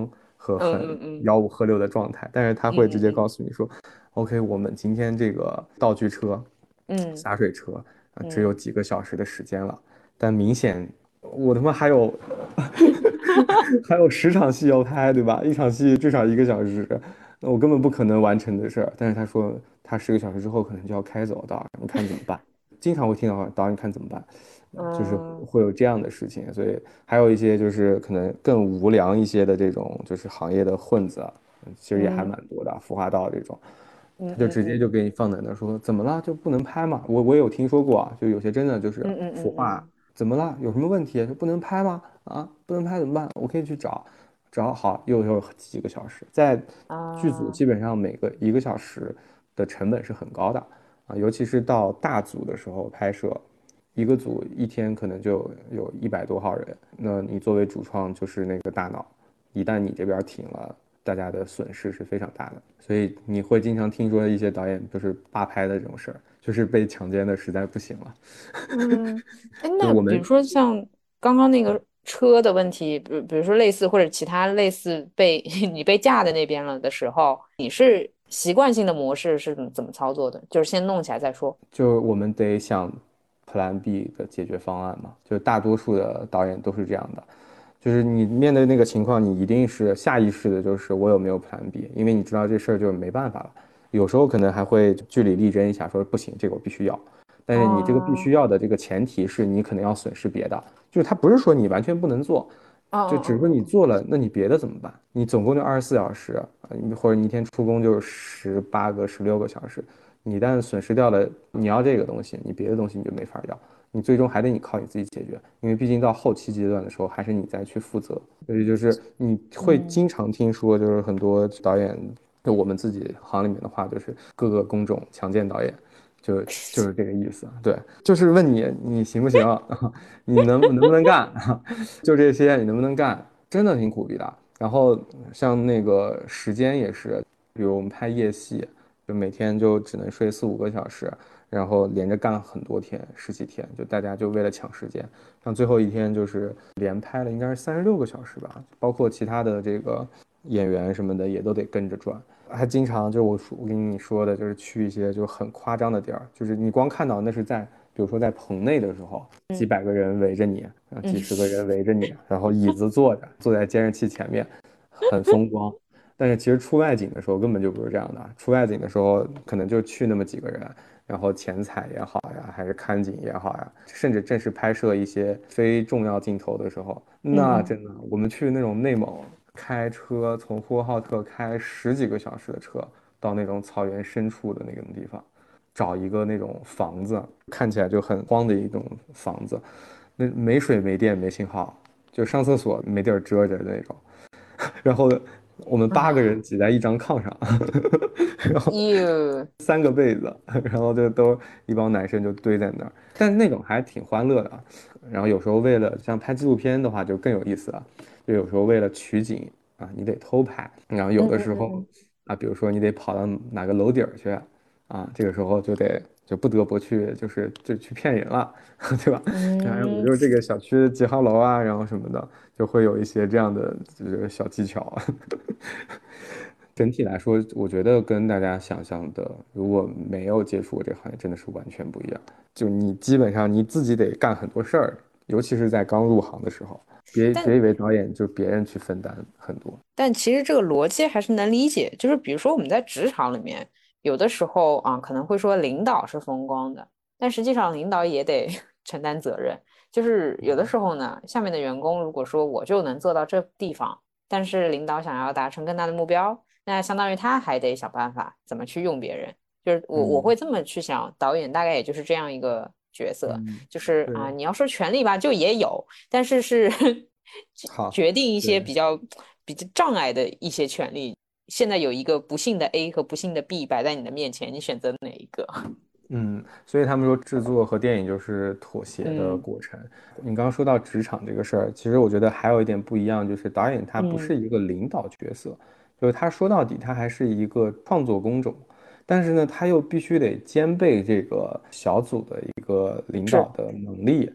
和嗯很嗯嗯吆五喝六的状态，但是他会直接嗯嗯告诉你说，OK，我们今天这个道具车、 嗯洒水车啊，只有嗯几个小时的时间了，但明显我他妈还有还有十场戏要拍，对吧？一场戏至少一个小时，那我根本不可能完成的事儿。但是他说他十个小时之后可能就要开走，导演你看怎么办？经常会听到导演你看怎么办？就是嗯会有这样的事情，所以还有一些就是可能更无良一些的这种就是行业的混子啊，其实也还蛮嗯多的，服化道这种，他就直接嗯嗯嗯就给你放在那儿说怎么了就不能拍嘛？我我也有听说过啊，就有些真的就是嗯嗯服化， 嗯嗯怎么了？有什么问题就不能拍吗？啊，不能拍怎么办？我可以去找，找好又有几个小时，在剧组啊基本上每个一个小时的成本是很高的啊，尤其是到大组的时候拍摄。一个组一天可能就有一百多号人，那你作为主创就是那个大脑，一旦你这边停了，大家的损失是非常大的。所以你会经常听说一些导演就是罢拍的这种事儿，就是被强奸的实在不行了。 嗯，哎， 就是我们那比如说像刚刚那个车的问题，比如比如说类似或者其他类似被你被架在那边了的时候，你是习惯性的模式是怎么怎么操作的？就是先弄起来再说。 就我们得想 Plan B 的解决方案嘛，就大多数的导演都是这样的。就是你面对那个情况，你一定是下意识的，就是我有没有 Plan B，因为你知道这事儿就没办法了。有时候可能还会据理力争一下，说不行，这个我必须要。但是你这个必啊须要的这个前提是你可能要损失别的，就是他不是说你完全不能做， 啊啊就只是说啊啊！ 你做了，那你别的怎么办？你总共就二十四小时啊，或者你一天出工就十八个、十六个小时，你一旦损失掉了你要这个东西，你别的东西你就没法要。你最终还得你靠你自己解决，因为毕竟到后期阶段的时候，还是你再去负责。所以就是你会嗯， 经常听说，就是很多导演，就我们自己行里面的话，就是各个工种强奸导演，就就是这个意思。对，就是问你你行不行，你能能不能干，就这些你能不能干，真的挺苦逼的。然后像那个时间也是，比如我们拍夜戏，就每天就只能睡四五个小时。然后连着干很多天，十几天，就大家就为了抢时间，像最后一天就是连拍了应该是三十六个小时吧，包括其他的这个演员什么的也都得跟着转，还经常就是我说我跟你说的，就是去一些就很夸张的地儿，就是你光看到那是在比如说在棚内的时候，几百个人围着你，啊， 嗯几十个人围着你，然后椅子坐着，坐在监视器前面，很风光。但是其实出外景的时候根本就不是这样的，出外景的时候可能就去那么几个人，然后前采也好呀，还是看景也好呀，甚至正式拍摄一些非重要镜头的时候， 嗯嗯那真的，我们去那种内蒙，开车从呼和浩特开十几个小时的车到那种草原深处的那种地方，找一个那种房子，看起来就很荒的一种房子，那没水没电没信号，就上厕所没地儿遮着的那种。然后我们八个啊人挤在一张炕上，然后 ，you 三个被子，然后就都一帮男生就堆在那儿，但是那种还挺欢乐的啊。然后有时候为了像拍纪录片的话就更有意思了，就有时候为了取景啊，你得偷拍，然后有嗯的时候嗯嗯啊，比如说你得跑到哪个楼顶儿去啊，这个时候就得就不得不去就是就去骗人了，对吧？哎，我嗯嗯就是这个小区几号楼啊，然后什么的，就会有一些这样的就是小技巧。整体来说，我觉得跟大家想象的，如果没有接触过这个行业，真的是完全不一样。就你基本上你自己得干很多事儿，尤其是在刚入行的时候，别别但以为导演就别人去分担很多。 但其实这个逻辑还是能理解，就是比如说我们在职场里面，有的时候啊可能会说领导是风光的，但实际上领导也得承担责任。就是有的时候呢，下面的员工如果说我就能做到这地方，但是领导想要达成更大的目标，那相当于他还得想办法怎么去用别人。就是我我会嗯这么去想，导演大概也就是这样一个角色， 嗯， 就是啊， 对， 你要说权力吧，就也有，但是是好， 决定一些对。 比较比较障碍的一些权利。现在有一个不幸的 A 和不幸的 B 摆在你的面前，你选择哪一个？ 嗯，所以他们说制作和电影就是妥协的嗯， 过程。你刚刚说到职场这个事儿，其实我觉得还有一点不一样，就是导演他不嗯， 是一个领导角色，就是他说到底他还是一个创作工种，但是呢，他又必须得兼备这个小组的一个领导是， 的能力。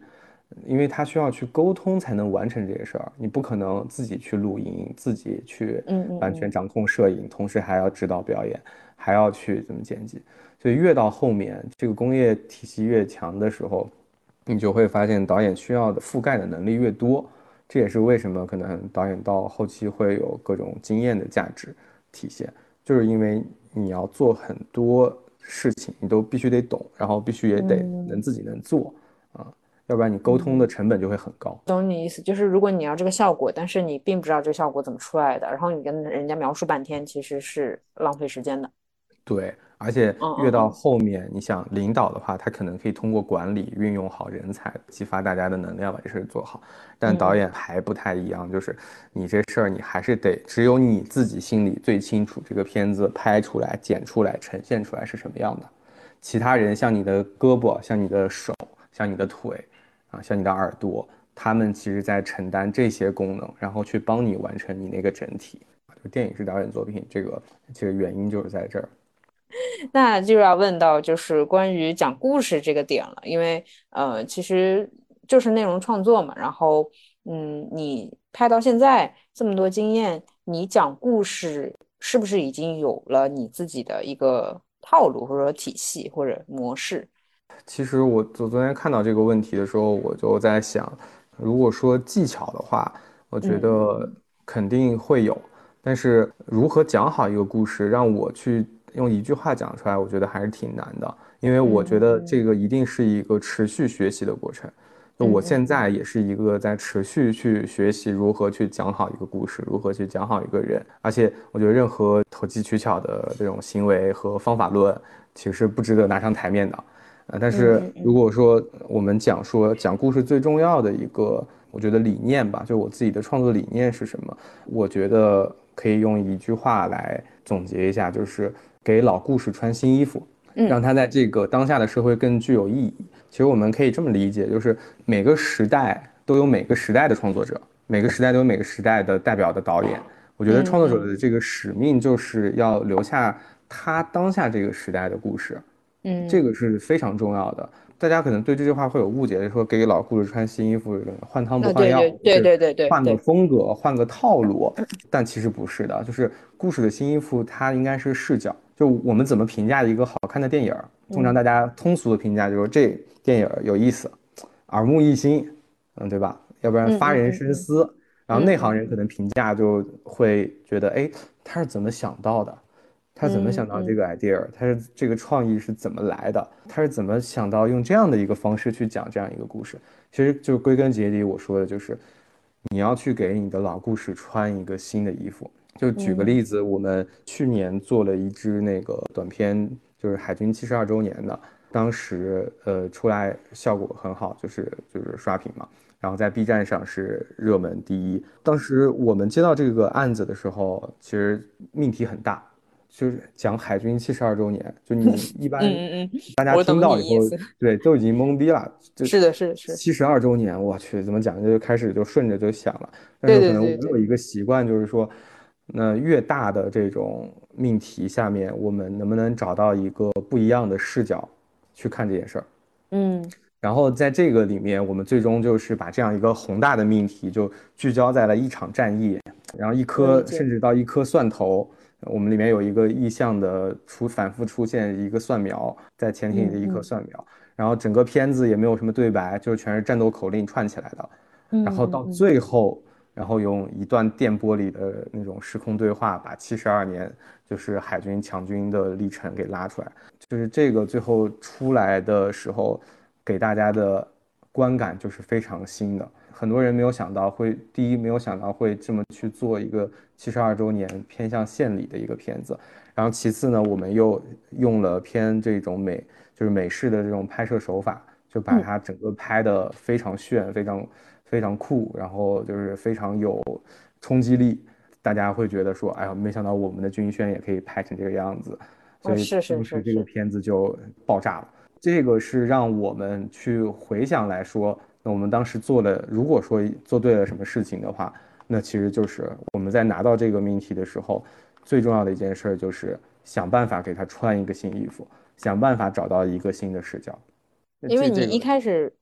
因为他需要去沟通才能完成这些事儿，你不可能自己去录音，自己去嗯嗯嗯完全掌控摄影，同时还要指导表演，还要去怎么剪辑。所以越到后面，这个工业体系越强的时候，你就会发现导演需要的覆盖的能力越多。这也是为什么可能导演到后期会有各种经验的价值体现，就是因为你要做很多事情，你都必须得懂，然后必须也得能嗯自己能做啊，要不然你沟通的嗯， 成本就会很高。 懂你意思，就是如果你要这个效果，但是你并不知道这个效果怎么出来的，然后你跟人家描述半天，其实是浪费时间的。 对，而且嗯越到嗯后面，你想领导的话，他可能可以通过管理运用好人才，激发大家的能量把这事做好。但导嗯嗯演还不太一样，就是你这事儿你还是得只有你自己心里最清楚，这个片子拍出来、剪出来、呈现出来是什么样的。其他人像你的胳膊、像你的手、像你的腿啊、像你的耳朵，他们其实在承担这些功能，然后去帮你完成你那个整体。就电影是导演作品，这个这个原因就是在这儿。 那就要问到就是关于讲故事这个点了，因为呃，其实就是内容创作嘛。然后，嗯，你拍到现在这么多经验，你讲故事是不是已经有了你自己的一个套路，或者说体系或者模式？ 其实我昨昨天看到这个问题的时候，我就在想，如果说技巧的话，我觉嗯得肯定会有，但是如何讲好一个故事，让我去用一句话讲出来，我觉得还是挺难的，因为我觉得这嗯个一定是一个持续学习的过程。就嗯我现嗯在也是一个在持续去学习如何去讲好一个故事，如何去讲好一个人，而且我觉得任何投机取巧的这种行为和方法论，其实不值得拿上台面的。呃，但是如嗯嗯嗯果说我们讲说讲故事最重要的一个，我觉得理念吧，就我自己的创作理念是什么？我觉得可以用一句话来总结一下，就是给老故事穿新衣服， 嗯让它在这个当下的社会更具有意义。其实我们可以这么理解，就是每个时代都有每个时代的创作者，每个时代都有每个时代的代表的导演。我觉得创作者嗯嗯的这个使命就是要留下他当下这个时代的故事。这嗯， 个是非常重要的。大家可能对这句话会有误解，说给老故事穿新衣服，换汤不那换药， 对对就是对对对对换个对， 风格、换个套路。但其实不是的，就是故事的新衣服，它应该是视角。就我们怎么评价一个好看的电影，通常嗯大家通俗的评价就是这电影有意思，耳目一新，嗯，对吧？要不然嗯发人嗯嗯嗯深思。然后内行嗯人可能评价就会觉得，哎，他是怎么想到的？他怎么嗯嗯想到这个 idea？他是这个创意是怎么来的？他是怎么想到用这样的一个方式去讲这样一个故事？其实就归根结底，我说的就是你要去给你的老故事穿一个新的衣服。就举个嗯例子，我们去年做了一支那个短片，就是海军七十二周年的，当时呃出来效果很好，就是就是刷屏嘛。然后在 B 站上是热门第一。当时我们接到这个案子的时候，其实命题很大，就是讲海军七十二周年，就你一般嗯嗯嗯， 大家我懂听到以后， 你意思。 对，都已经懵逼了。这是的，是的，是， 七十二周年，我去，怎么讲？就开始就顺着就想了。但对是可能对对对， 我有一个习惯，就是说，那越大的这种命题下面，我们能不能找到一个不一样的视角去看这件事儿？ 嗯， 然后在这个里面，我们最终就是把这样一个宏大的命题就聚焦在了一场战役，然后一颗甚我理解。 至到一颗蒜头，我们里面有一个意象的出反复出现一个蒜苗，在潜艇里的一颗嗯嗯蒜苗，然后整个片子也没有什么对白，就全是战斗口令串起来的，然后到嗯嗯嗯， 最后，然后用一段电波里的那种时空对话，把七十二年就是海军强军的历程给拉出来。就是这个最后出来的时候，给大家的观感就是非常新的。很多人没有想到会，第一没有想到会这么去做一个七十二周年偏向献礼的一个片子，然后其次呢，我们又用了偏这种美，就是美式的这种拍摄手法，就把嗯它整个拍的非常炫，非常非常酷，然后就是非常有冲击力。大家会觉得说，哎呀，没想到我们的军宣也可以拍成这个样子，所哦， 以是是当时这个是是， 片子就爆炸了。这个是让我们去回想来说，那我们当时做的，如果说做对了什么事情的话，那其实就是我们在拿到这个命题的时候，最重要的一件事就是想办法给他穿一个新衣服，想办法找到一个新的视角。那因为你这这个， 一开始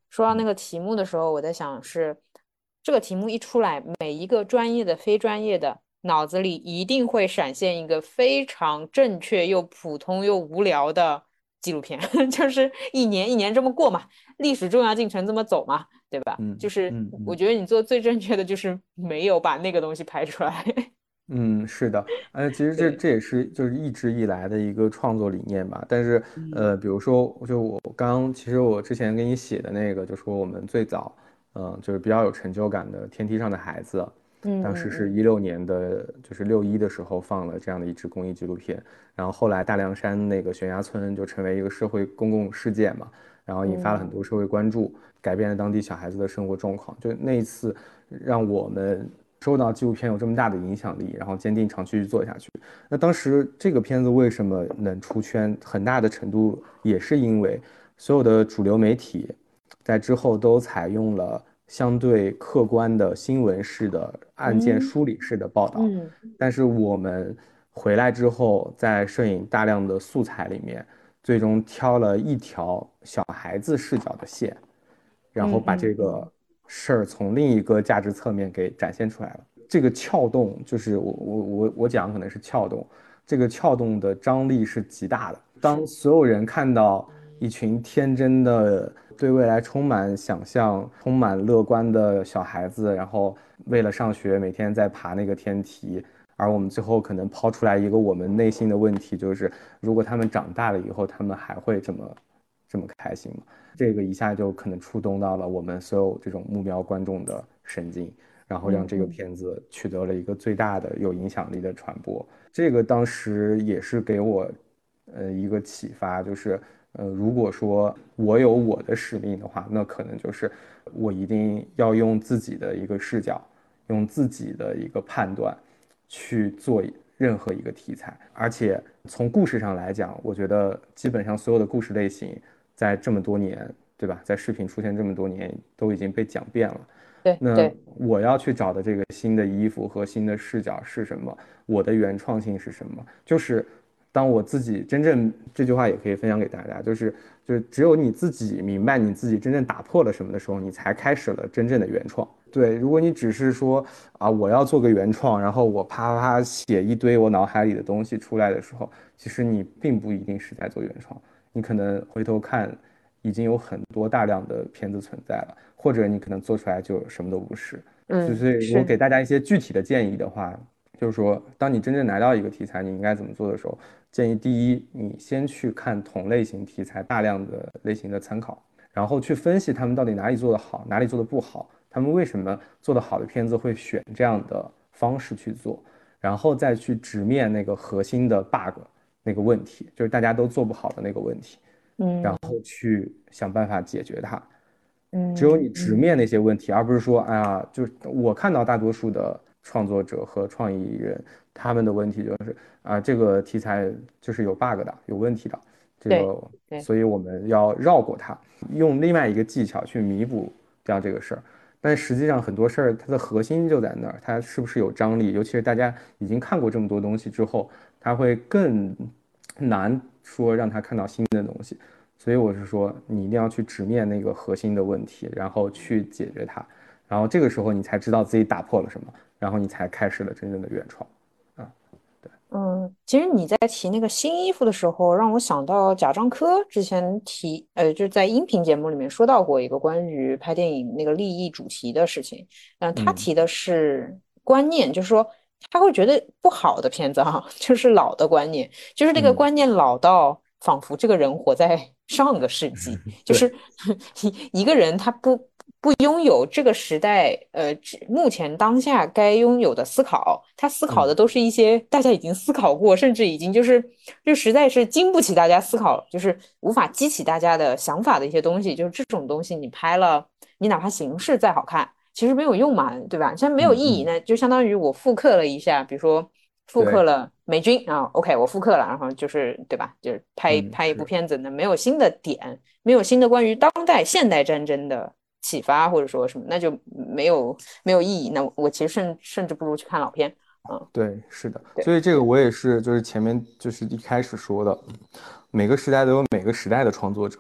说到那个题目的时候，我在想是这个题目一出来，每一个专业的、非专业的脑子里一定会闪现一个非常正确又普通又无聊的纪录片，就是一年一年这么过嘛，历史重要进程这么走嘛，对吧？ 嗯就是嗯嗯。 我觉得你做最正确的就是没有把那个东西拍出来。 嗯，是的，呃，其实这对， 这也是就是一直以来的一个创作理念吧。但是， 嗯呃，比如说，就我刚，其实我之前给你写的那个，就说我们最早，嗯、就是比较有成就感的《天梯上的孩子》， 嗯当时是嗯一六年的，就是六一的时候放了这样的一支公益纪录片。然后后来大凉山那个悬崖村就成为一个社会公共事件嘛，然后引发了很多嗯社会关注，改变了当地小孩子的生活状况。就那一次，让我们收到纪录片有这么大的影响力，然后坚定长期去做下去。那当时这个片子为什么能出圈，很大的程度也是因为所有的主流媒体在之后都采用了相对客观的新闻式的案件嗯梳理式的报道， 嗯但是我们回来之后，在摄影大量的素材里面，最终挑了一条小孩子视角的线，然后嗯把嗯嗯这个事儿从另一个价值侧面给展现出来了。这个撬动，就是我我我我讲可能是撬动，这个撬动的张力是极大的。当所有人看到一群天真的、对未来充满想象、充满乐观的小孩子，然后为了上学每天在爬那个天梯，而我们最后可能抛出来一个我们内心的问题，就是如果他们长大了以后，他们还会这么这么开心吗？这个一下就可能触动到了我们所有这种目标观众的神经，然后让这个嗯嗯片子取得了一个最大的有影响力的传播。这个当时也是给我，呃，一个启发，就是呃，如果说我有我的使命的话，那可能就是我一定要用自己的一个视角，用自己的一个判断去做任何一个题材。而且从故事上来讲，我觉得基本上所有的故事类型在这么多年，对吧？在视频出现这么多年，都已经被讲遍了。那对对， 我要去找的这个新的衣服和新的视角是什么？我的原创性是什么？就是当我自己真正这句话也可以分享给大家，就是就是只有你自己明白你自己真正打破了什么的时候，你才开始了真正的原创。对，如果你只是说啊我要做个原创，然后我啪啪啪写一堆我脑海里的东西出来的时候，其实你并不一定是在做原创，你可能回头看已经有很多大量的片子存在了，或者你可能做出来就什么都不是。所嗯以我是， 给大家一些具体的建议的话，就是说，当你真正拿到一个题材，你应该怎么做的时候，建议第一，你先去看同类型题材大量的类型的参考，然后去分析他们到底哪里做得好，哪里做得不好，他们为什么做得好的片子会选这样的方式去做，然后再去直面那个核心的 bug 那个问题，就是大家都做不好的那个问题，然嗯后去想办法解决它。只有你直嗯嗯面那些问题，而不是说，哎呀，就是我看到大多数的创作者和创意人，他们的问题就是啊，这个题材就是有 bug 的，有问题的，这对个， 对， 所以我们要绕过它，用另外一个技巧去弥补掉这个事儿。但实际上很多事儿它的核心就在那儿，它是不是有张力？尤其是大家已经看过这么多东西之后，它会更难说让他看到新的东西。所以我是说，你一定要去直面那个核心的问题，然后去解决它，然后这个时候你才知道自己打破了什么，然后你才开始了真正的原创。啊，对， 嗯，其实你在提那个新衣服的时候，让我想到贾樟柯之前提，呃，就是在音频节目里面说到过一个关于拍电影那个立意主题的事情。嗯、他嗯提的是观念，就是说他会觉得不好的片子哈、就是老的观念，就是这个嗯， 观念老到仿佛这个人活在上个世纪，就对， 是一一个人他不不拥有这个时代，呃，目前当下该拥有的思考，他思考的嗯都是一些大家已经思考过，甚至已经就是就实在是经不起大家思考，就是无法激起大家的想法的一些东西，就是这种东西你拍了，你哪怕形式再好看，其实没有用嘛，对吧？现在没有意义嗯嗯， 呢，就相当于我复刻了一下，比如说复刻对， 了美军啊，OK，我复刻了，然后就是对吧？就是拍拍一部嗯是。 片子呢，没有新的点，没有新的关于当代现代战争的启发或者说什么，那就没有没有意义。那我其实甚甚至不如去看老片。嗯， 对，是的， 对， 所以这个我也是，就是前面就是一开始说的，每个时代都有每个时代的创作者，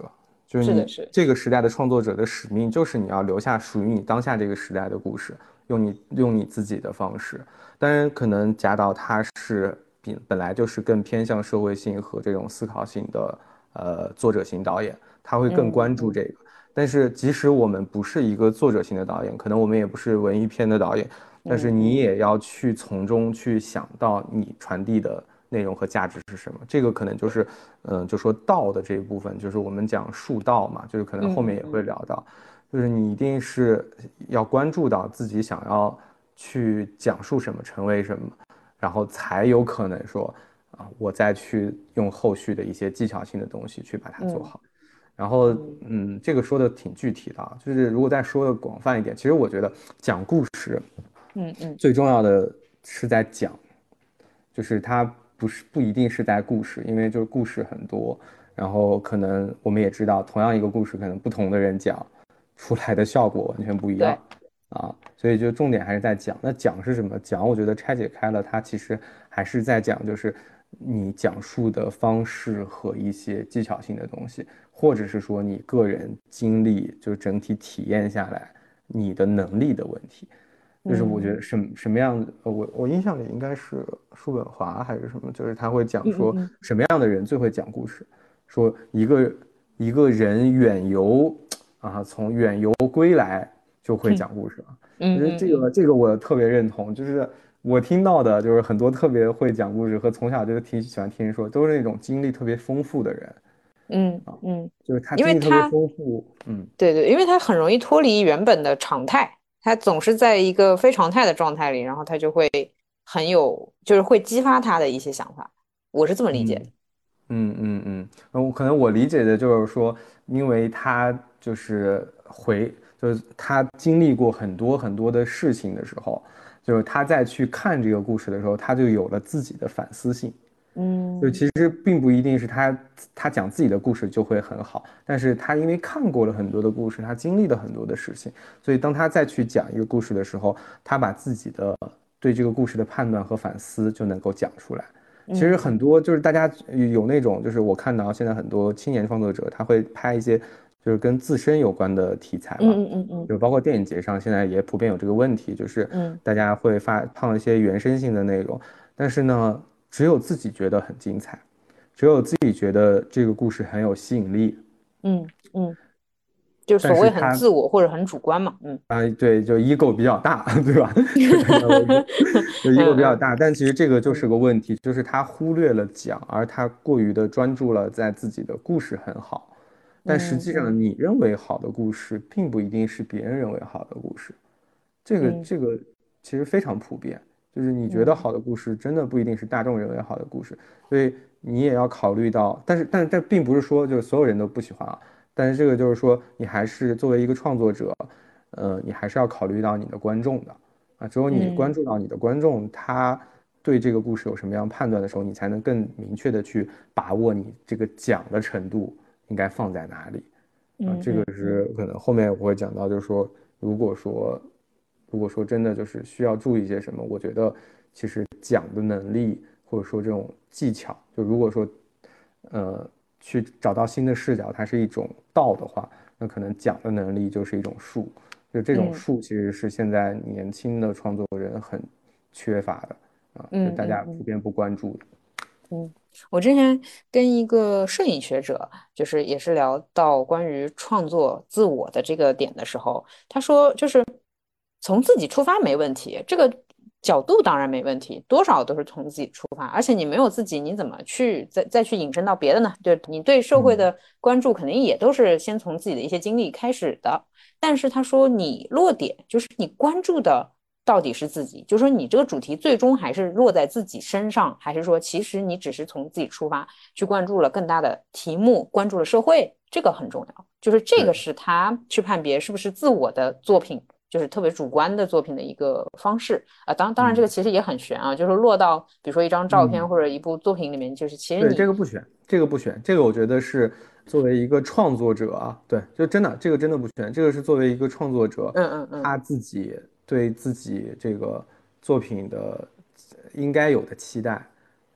就是你是的是， 这个时代的创作者的使命，就是你要留下属于你当下这个时代的故事，用你用你自己的方式。当然，可能贾导他是比本来就是更偏向社会性和这种思考性的呃作者型导演，他会更嗯关注这个。但是，即使我们不是一个作者型的导演，可能我们也不是文艺片的导演，但是嗯嗯你也要去从中去想到你传递的内容和价值是什么。这个可能就是，嗯、呃就说道的这一部分，就是我们讲术道嘛，就是可能后面也会嗯嗯聊到，就是你一定是要关注到自己想要去讲述什么，成为什么，然后才有可能说，啊，我再去用后续的一些技巧性的东西去把它做嗯好。然后， 嗯嗯，这个说的挺具体的啊，就是如果再说的广泛一点，其实我觉得讲故事嗯嗯最重要的是在讲，就是它不是不一定是在故事，因为就是故事很多，然后可能我们也知道，同样一个故事，可能不同的人讲出来的效果完全不一样对， 啊，所以就重点还是在讲。那讲是什么？讲，我觉得拆解开了，它其实还是在讲，就是你讲述的方式和一些技巧性的东西，或者是说你个人经历，就是整体体验下来你的能力的问题。就是我觉嗯得什么什么样的，呃我我印象里应该是叔本华还是什么，就是他会讲说嗯嗯嗯什么样的人最会讲故事，说一个一个人远游啊，从远游归来就会嗯讲故事了。我嗯觉得这个嗯这个我特别认同，就是我听到的就是很多特别会讲故事和从小就挺喜欢听人说，都是那种经历特别丰富的人， 嗯嗯， 就是他因经历特别为他丰富，嗯。 对对，因为他很容易脱离原本的常态，他总是在一个非常态的状态里，然后他就会很有，就是会激发他的一些想法，我是这么理解的。 嗯嗯嗯嗯，呃我可能我理解的就是说，因为他就是回，就是他经历过很多很多的事情的时候，就是他再去看这个故事的时候，他就有了自己的反思性。就嗯其实并不一定是他他讲自己的故事就会很好，但是他因为看过了很多的故事，他经历了很多的事情，所以当他再去讲一个故事的时候，他把自己的对这个故事的判断和反思就能够讲出来。其实很嗯多就是大家有那种，就是我看到现在很多青年创作者，他会拍一些就是跟自身有关的题材嘛， 嗯嗯嗯就包括电影节上现在也普遍有这个问题，就是嗯大家会发放一些原生性的内容，但是呢，只有自己觉得很精彩，只有自己觉得这个故事很有吸引力， 嗯嗯，就是所谓很但是他自我或者很主观嘛。嗯啊，对，就 ego 比较大，对吧？就大家都说，就 ego 比较嗯大，但其实这个就是嗯个问题，就是他忽略了讲，而他过于的专注了在自己的故事很好，但实际上嗯嗯你认为好的故事，并不一定是别人认为好的故事。这个嗯这个其实非常普遍，就是你觉得嗯好的故事，真的不一定是大众认为好的故事，所以你也要考虑到，但是但但并不是说就是所有人都不喜欢啊，但是这个就是说你还是作为一个创作者，呃，你还是要考虑到你的观众的啊，只有你关嗯注到你的观众，他对这个故事有什么样判断的时候，你才能更明确的去把握你这个讲的程度应该放在哪里。啊， 嗯这个嗯嗯是可能后面我会讲到，就是说，如果说，如果说真的就是需要注意一些什么，我觉得其实讲的能力或者说这种技巧，就如果说，呃，去找到新的视角，它是一种道的话，那可能讲的能力就是一种术，就这种嗯术其实是现在年轻的创作人很缺乏的啊，就大嗯嗯嗯。 家普遍不关注的。 嗯，我之前跟一个摄影学者，就是也是聊到关于创作自我的这个点的时候，他说，就是从自己出发没问题，这个角度当然没问题，多少都是从自己出发，而且你没有自己，你怎么去再再去引申到别的呢？就你对社会嗯的关注，肯定也都是先从自己的一些经历开始的。但是他说，你落点就是你关注的到底是自己，就是说你这个主题最终还是落在自己身上，还是说其实你只是从自己出发去关注了更大的题目，关注了社会，这个很重要。就是这个对， 是他去判别是不是自我的作品，就是特别主观的作品的一个方式啊。当当然这个嗯其实也很悬啊，就是落到比如说一张照片嗯。 或者一部作品里面，就是其实对，这你个不选，这个不选，这个我觉得是作为一个创作者啊，对，就真的这个真的不选，这个是作为一个创作者， 嗯嗯嗯他自己对自己这个作品的应该有的期待，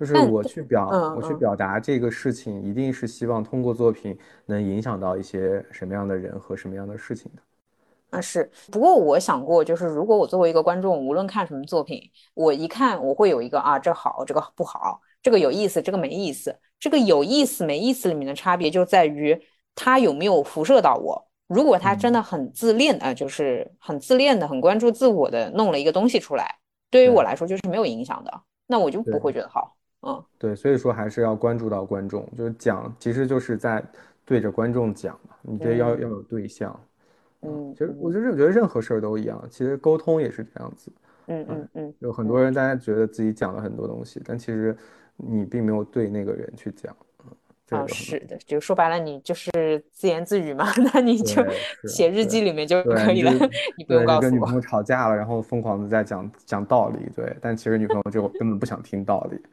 就是但我去表我去嗯嗯表达这个事情，一定是希望通过作品能影响到一些什么样的人和什么样的事情的。 啊是，不过我想过，就是如果我作为一个观众，无论看什么作品，我一看我会有一个啊，这好，这个不好，这个有意思，这个没意思。这个有意思没意思里面的差别就在于它有没有辐射到我。如果他真的嗯， 很自恋啊、呃就是很自恋的、很关注自我的，弄了一个东西出来，对于我对来说就是没有影响的，那我就不会对觉得好。嗯对，所以说还是要关注到观众，就是讲，其实就是在对着观众讲嘛，你这要要嗯有对象啊。其实我嗯嗯就是觉得任何事儿都一样，其实沟通也是这样子。 嗯嗯， 嗯嗯有很多嗯。 人大家觉得自己讲了很多东西，但其实你并没有对那个人去讲，这个啊， 就很重要。 是的，就说白了，你就是自言自语嘛，那你就对，是， 写日对， 记里面就对， 可以了， 你就你不用对，就告诉我。 跟女朋友吵架了，然后疯狂的在讲讲道理，对，但其实女朋友就根本不想听道理。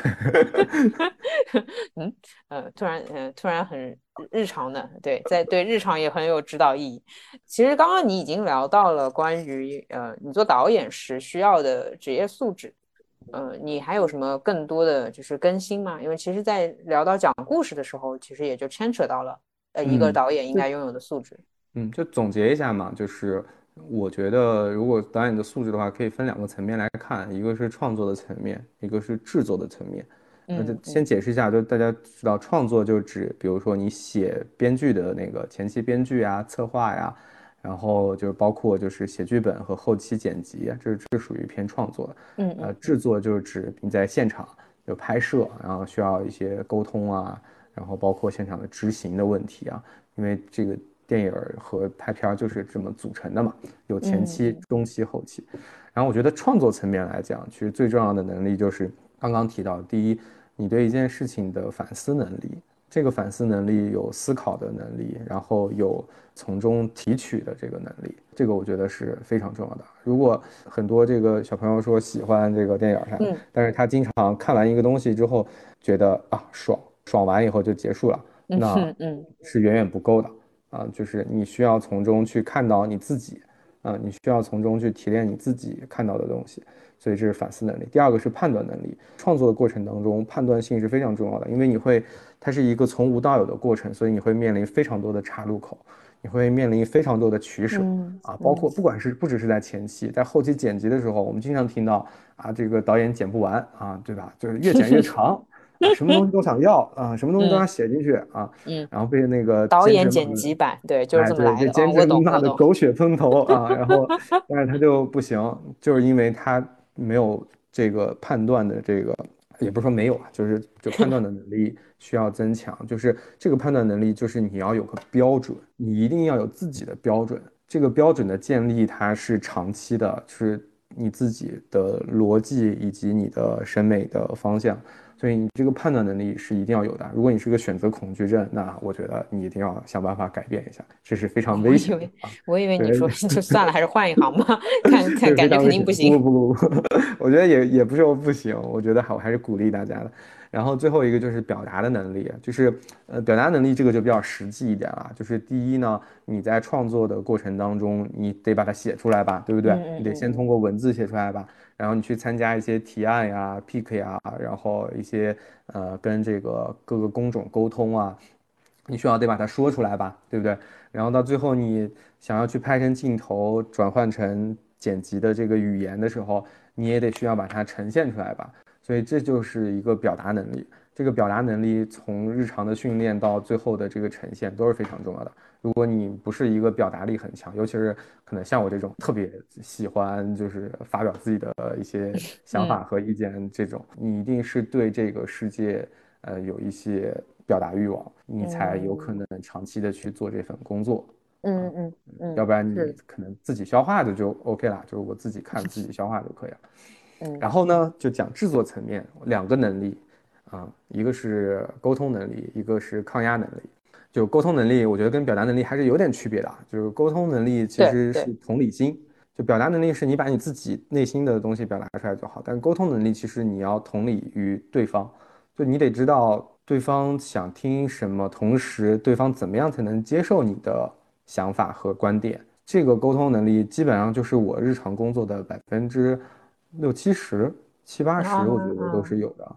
嗯呃，突然呃，突然很日常的，对，在对日常也很有指导意义。其实刚刚你已经聊到了关于呃，你做导演时需要的职业素质，呃，你还有什么更多的就是更新吗？因为其实，在聊到讲故事的时候，其实也就牵扯到了呃一个嗯， 导演应就该拥有的素质。 嗯，就总结一下嘛，就是我觉得如果导演的素质的话，可以分两个层面来看，一个是创作的层面，一个是制作的层面。那就嗯嗯先解释一下，就大家知道，创作就指，比如说你写编剧的那个前期编剧啊、策划呀，然后就是包括就是写剧本和后期剪辑，这这属于偏创作的。呃， 嗯嗯嗯制作就是指你在现场有拍摄，然后需要一些沟通啊，然后包括现场的执行的问题啊，因为这个电影和拍片就是这么组成的嘛，有前期、 嗯嗯中期、后期。然后我觉得创作层面来讲，其实最重要的能力就是刚刚提到，第一，你对一件事情的反思能力，这个反思能力有思考的能力，然后有从中提取的这个能力，这个我觉得是非常重要的。如果很多这个小朋友说喜欢这个电影啥的， 嗯但是他经常看完一个东西之后，觉得啊爽，爽完以后就结束了， 嗯那嗯嗯是远远不够的啊，就是你需要从中去看到你自己。啊，你需要从中去提炼你自己看到的东西，所以这是反思能力。第二个是判断能力，创作的过程当中，判断性是非常重要的，因为你会，它是一个从无到有的过程，所以你会面临非常多的岔路口，你会面临非常多的取舍啊，包括嗯嗯不管是不只是在前期，在后期剪辑的时候，我们经常听到啊，这个导演剪不完啊，对吧？就是越剪越长啊，什么东西都想要啊，什么东西都想嗯写进去啊， 嗯， 然后被那个导演监制骂的。 剪辑版，对，就是哎，对， 这么来的。哦， 被监制我懂， 骂我懂。 的狗血喷头啊，然后，但是他就不行，就是因为他没有这个判断的这个，也不是说没有啊，就是就判断的能力需要增强，就是这个判断能力，就是你要有个标准，你一定要有自己的标准，这个标准的建立它是长期的，是你自己的逻辑以及你的审美的方向。所以你这个判断能力是一定要有的。如果你是个选择恐惧症，那我觉得你一定要想办法改变一下，这是非常危我以为， 险的啊！ 我以为你对， 说就算了，还是换一行吧，看这是非看感觉常危险的。不肯定不行。 不不不，我觉得也也不是说不行，我觉得好，我还是鼓励大家的。然后最后一个就是表达的能力，就是呃，表达能力这个就比较实际一点了。就是第一呢，你在创作的过程当中，你得把它写出来吧，对不嗯对？你得先通嗯嗯过文字写出来吧。然后你去参加一些提案呀、P K 呀，然后一些呃跟这个各个工种沟通啊，你需要得把它说出来吧，对不对？然后到最后你想要去拍成镜头，转换成剪辑的这个语言的时候，你也得需要把它呈现出来吧。所以这就是一个表达能力。这个表达能力从日常的训练到最后的这个呈现都是非常重要的。如果你不是一个表达力很强，尤其是可能像我这种特别喜欢就是发表自己的一些想嗯法和意见这种，你一定是对这个世界呃有一些表达欲望，你才有可嗯能长期的去做这份工作啊， 嗯嗯嗯， 要不然你是， 可能自己消化的就 OK 了，就是我自己看自己消化就可以了。 嗯然后呢，就讲制作层面两个能力啊，一个是沟通能力，一个是抗压能力。就沟通能力，我觉得跟表达能力还是有点区别的啊。就是沟通能力其实是对对， 同理心，就表达能力是你把你自己内心的东西表达出来就好，但是沟通能力其实你要同理于对方，就你得知道对方想听什么，同时对方怎么样才能接受你的想法和观点。这个沟通能力基本上就是我日常工作的百分之六七十、七八啊十，我觉得都啊是有的。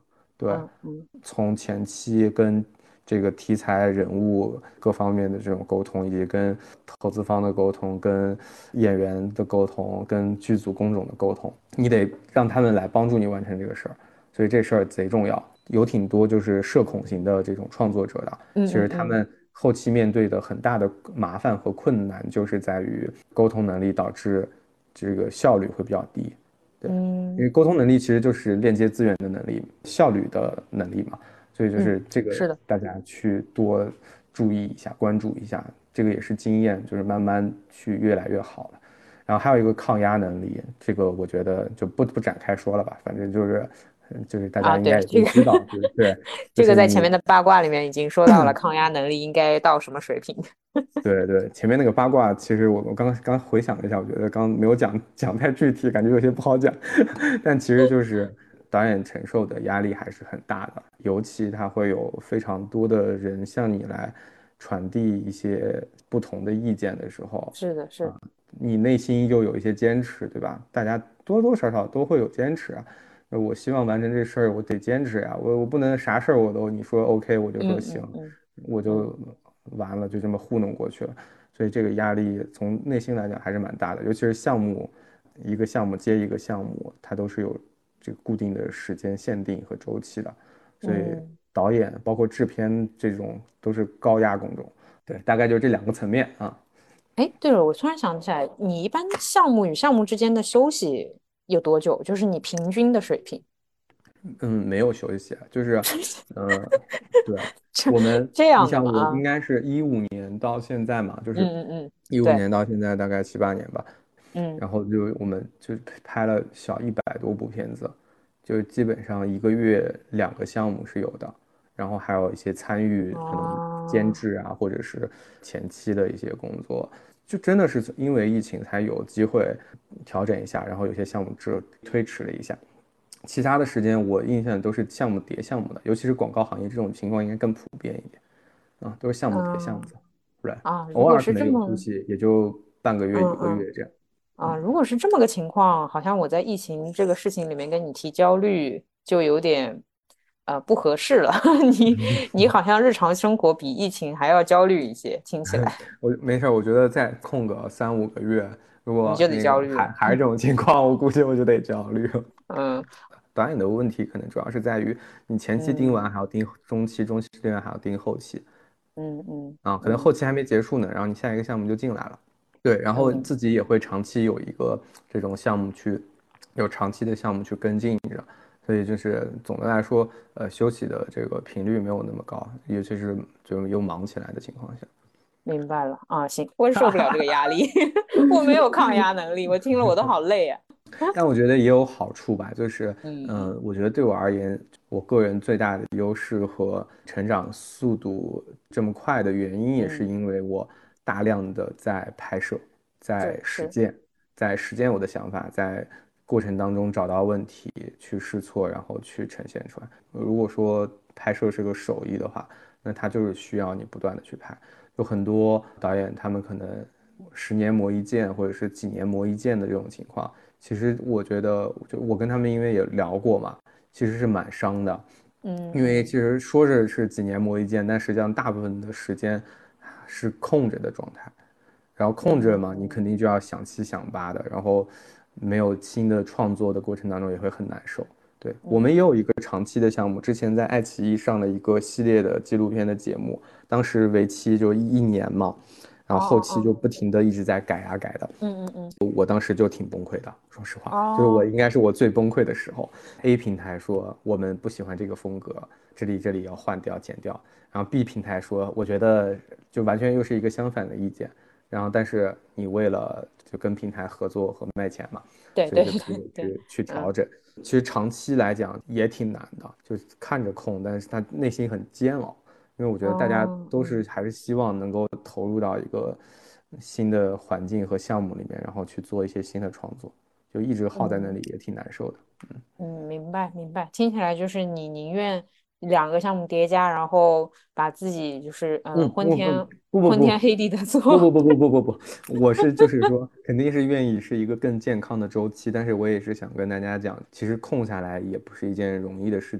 对， 嗯嗯从前期跟这个题材、人物各方面的这种沟通，以及跟投资方的沟通、跟演员的沟通、跟剧组工种的沟通，你得让他们来帮助你完成这个事儿，所以这事儿贼重要。有挺多就是社恐型的这种创作者的，其嗯嗯嗯实他们后期面对的很大的麻烦和困难，就是在于沟通能力导致这个效率会比较低。对，因嗯为沟通能力其实就是链接资源的能力，效率的能力嘛，所以就嗯， 是这个是的。 大家去多注意一下，关注一下，这个也是经验，就是慢慢去越来越好了。然后还有一个抗压能力，这个我觉得就不不展开说了吧，反正就是嗯就是大家啊，对， 应该也这个都知道，就是对，就这个是你在前面的八卦里面已经说到了，抗压能力应该到什么水平？ 对对，前面那个八卦，其实我我刚刚回想了一下，我觉得刚没有讲讲太具体，感觉有些不好讲。但其实就是导演承受的压力还是很大的，尤其他会有非常多的人向你来传递一些不同的意见的时候， 是的，是的。 你内心又有一些坚持，对吧？大家多多少少都会有坚持啊。呃我希望完成这事儿，我得坚持呀，我我不能啥事儿我都你说 OK 我就说嗯行， 嗯嗯我嗯就完了，就这么糊弄过去了。所以这个压力从内心来讲还是蛮大的，尤其是项目，一个项目接一个项目，它都是有这个固定的时间限定和周期的，所以嗯。 导演包括制片这种都是高压工种。对，大概就这两个层面啊。 哎，对了，我突然想起来，你一般项目与项目之间的休息有多久？就是你平均的水平。 嗯，没有休息啊，就是，呃，对， 这我们， 这样的你想，我应吗？啊， 该是一五年到现在嘛，就是嗯嗯嗯， 一五对， 年到现在大概七八年吧， 嗯然后就我们就拍了小一百多部片子，就基本上一个月两个项目是有的，然后还有一些参与可能监啊， 制啊，或者是前期的一些工作，就真的是因为疫情才有机会调整一下，然后有些项目只推迟了一下。其他的时间我印象都是项目叠项目的，尤其是广告行业这种情况应该更普遍一点啊，都是项目叠项目嗯的，不然啊，如果偶尔可能是这么， 有出戏，也就半个月一个嗯嗯月这样。 啊，如果是这么个情况，好像我在疫情这个事情里面跟你提焦虑，就有点呃不合适了。你你好像日常生活比疫情还要焦虑一些，听起来我没事儿，我觉得再空个三五个月，如你就得果那个焦虑了。 还还是这种情况，我估计我就得焦虑了。 嗯导演的问题可能主要是在于你前期盯完嗯还要盯中期，中期盯完还要盯后期嗯嗯啊，可能后嗯期还没结束呢，然后你下一个项目就进来了。对，然后嗯自己也会长期有一个这种项目去，有长期的项目去跟进着，所以就是总的来说，呃，休息的这个频率没有那么高，尤其是就又忙起来的情况下。 明白了啊，行，我受不了这个压力，我没有抗压能力，我听了我都好累啊。 但我觉得也有好处吧，就是，嗯、 嗯嗯我觉得对我而言，我个人最大的优势和成长速度这么快的原因，也是嗯， 因为我大量的在拍摄，在对，是， 实践，在实践我的想法，在过程当中找到问题，去试错，然后去呈现出来。如果说拍摄是个手艺的话，那它就是需要你不断的去拍。有很多导演，他们可能十年磨一剑，或者是几年磨一剑的这种情况。其实我觉得，就我跟他们因为也聊过嘛，其实是蛮伤的，因为其嗯嗯实说着是几年磨一剑，但实际上大部分的时间是空着的状态。然后空着嘛，你肯嗯定就要想七想八的，然后没有新的创作的过程当中也会很难受。对，我们也嗯， 有一个长期的项目，之前在爱奇艺上了一个系列的纪录片的节目，当时为期就一年嘛，然后后期哦哦哦， 就不停的一直在改啊改的。 嗯嗯嗯， 我当时就挺崩溃的，说实话，就是我哦， 应该是我最崩溃的时候。A 平台说我们不喜欢这个风格，这里这里要换掉剪掉，然后 B 平台说我觉得就完全又是一个相反的意见，然后但是你为了就跟平台合作和卖钱嘛， 对对所以就只对对， 有去去嗯调整。其实长期来讲也挺难的，就是看着空，但是他内心很煎熬。因为我觉得大家都是哦嗯还是希望能够投入到一个新的环境和项目里面，然后去做一些新的创作，就一直耗在那里嗯也挺难受的。 嗯，明白明白，听起来就是你宁愿两个项目叠加，然后把自己就是嗯嗯，我不昏天不不昏天不黑地的做， 不不不不不不不，我是就是说，肯定是愿意是一个更健康的周期，但是我也是想跟大家讲，其实空下来也不是一件容易的事情。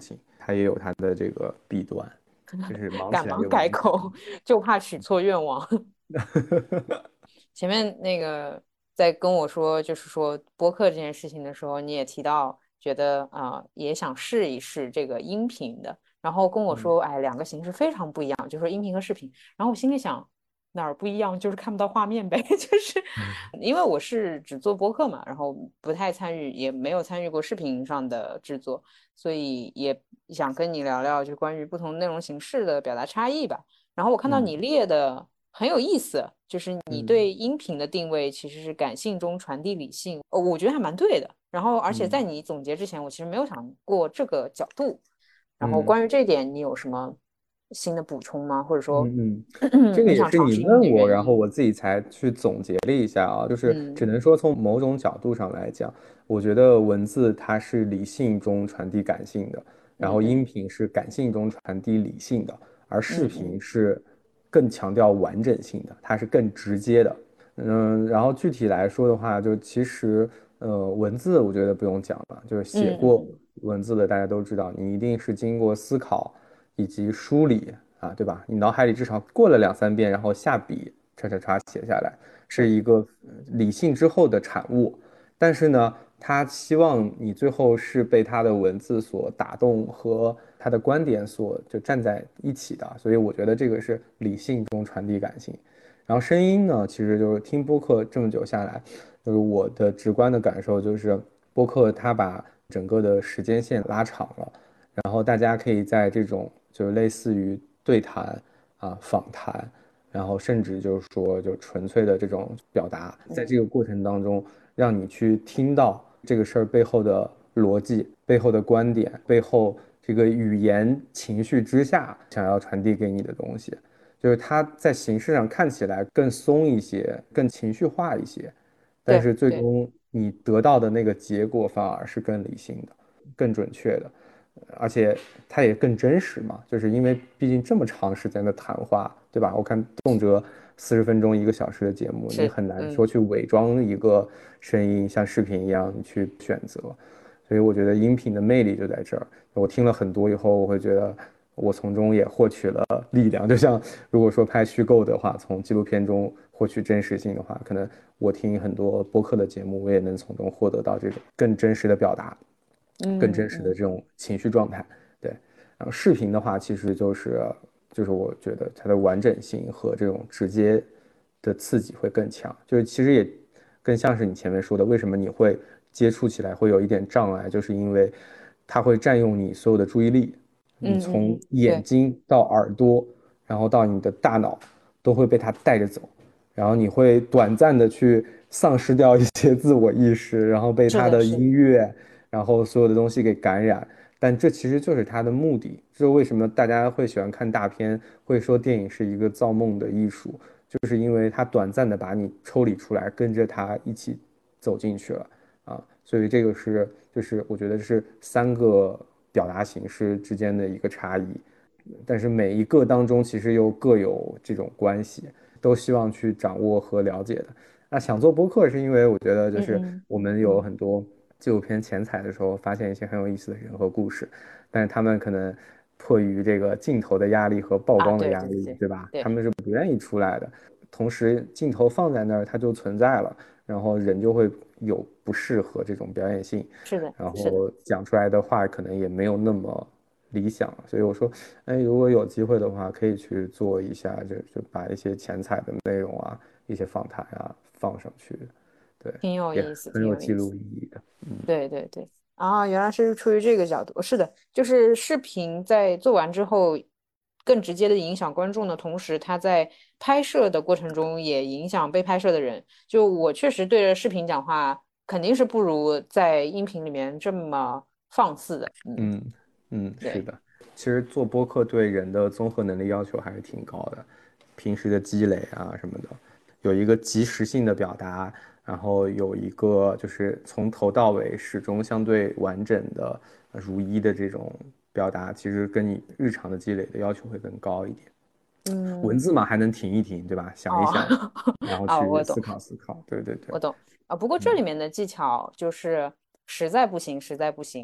它也有它的这个弊端，就是忙起来赶忙又忙不完。 改口，就怕许错愿望。前面那个在跟我说，就是说播客这件事情的时候，你也提到觉得啊、呃也想试一试这个音频的，然后跟我嗯说，哎，两个形式非常不一样，就是说音频和视频。然后我心里想，哪儿不一样？就是看不到画面呗，就是因为我是只做播客嘛，然后不太参与，也没有参与过视频上的制作，所以也想跟你聊聊，就关于不同内容形式的表达差异吧。然后我看到嗯你列的很有意思，就是你嗯对音频的定位其实是感性中传递理性，哦，我觉得还蛮对的。然后，而且在嗯你总结之前，我其实没有想过这个角度。然后嗯关于这一点，你有什么新的补充吗？或者说， 嗯嗯，这个你想也是你尝试音频的问我， 原因？ 然后我自己才去总结了一下啊，就是只嗯能说从某种角度上来讲，我觉得文字它是理性中传递感性的，然后音嗯嗯频是感性中传递理性的，而视嗯嗯频是更强调完整性的，它是更直接的。嗯，然后具体来说的话，就其实呃文字我觉得不用讲了，就是写过嗯嗯文字的大家都知道，你一定是经过思考以及梳理。啊，对吧？你脑海里至少过了两三遍，然后下笔叉叉叉写下来，是是一个呃理性之后的产物。但是呢，他希望你最后是被他的文字所打动和他的观点所就站在一起的，所以我觉得这个是理性中传递感性。然后声音呢，其实就是听播客这么久下来，就是我的直观的感受就是播客它把整个的时间线拉长了。然后大家可以在这种就类似于对谈啊、访谈，然后甚至就是说就纯粹的这种表达，在这嗯个过程当中，让你去听到这个事儿背后的逻辑、背后的观点、背后这个语言情绪之下想要传递给你的东西，就是它在形式上看起来更松一些、更情绪化一些，但是最对对， 终你得到的那个结果反而是更理性的、更准确的。而且它也更真实嘛，就是因为毕竟这么长时间的谈话，对吧？我看动辄四十分钟、一个小时的节目，你是很难说嗯去伪装一个声音，像视频一样你去选择。所以我觉得音频的魅力就在这儿。我听了很多以后，我会觉得我从中也获取了力量。就像如果说拍虚构的话，从纪录片中获取真实性的话，可能我听很多播客的节目，我也能从中获得到这种更真实的表达。更真实的嗯嗯这种情绪状态。对，然后视频的话，其实就是就是我觉得它的完整性和这种直接的刺激会更强，就是其实也更像是你前面说的，为什么你会接触起来会有一点障碍，就是因为它会占用你所有的注意力，你从嗯嗯嗯，对， 眼睛到耳朵，然后到你的大脑，都会被它带着走。然后你会短暂的去丧失掉一些自我意识，然后被他的是的是的， 音乐，然后所有的东西给感染。但这其实就是他的目的，这是为什么大家会喜欢看大片，会说电影是一个造梦的艺术，就是因为它短暂的把你抽离出来，跟着他一起走进去了啊。所以这个是就是我觉得是三个表达形式之间的一个差异，但是每一个当中其实又各有这种关系。都希望去掌握和了解的。那想做播客，是因为我觉得就是嗯嗯我们有嗯， 很多纪录片前采的时候，发现一些很有意思的人和故事，但是他们可能迫于这个镜头的压力和曝啊， 光的压力， 对对对对吧？他对， 们是不愿意出来的。同时，镜头放在那儿，它就存在了，然后人就会有不适合这种表演性， 是的然是的。 后讲出来的话可能也没有那么理想，所以我说，哎，如果有机会的话，可以去做一下，就就把一些前采的内容啊，一些访谈啊放上去，对， 挺有也意思， 很有记挺有意思。 录意义的。嗯对对对，啊，原来是出于这个角度。是的，就是视频在做完之后，更直接的影响观众的同时，它在拍摄的过程中也影响被拍摄的人。就我确实对着视频讲话，肯定是不如在音频里面这么放肆的。嗯， 嗯嗯，是对， 的。其实做播客对人的综合能力要求还是挺高的，平时的积累啊什么的，有一个及时性的表达，然后有一个就是从头到尾始终相对完整的、呃如一的这种表达，其实跟你日常的积累的要求会更高一点。文嗯， 字嘛，还能停一停，对吧？想一哦， 想，然后啊，我懂。 去思考思考。对对对， 我懂啊，不过这里面的技巧就是实在不行，实在不行，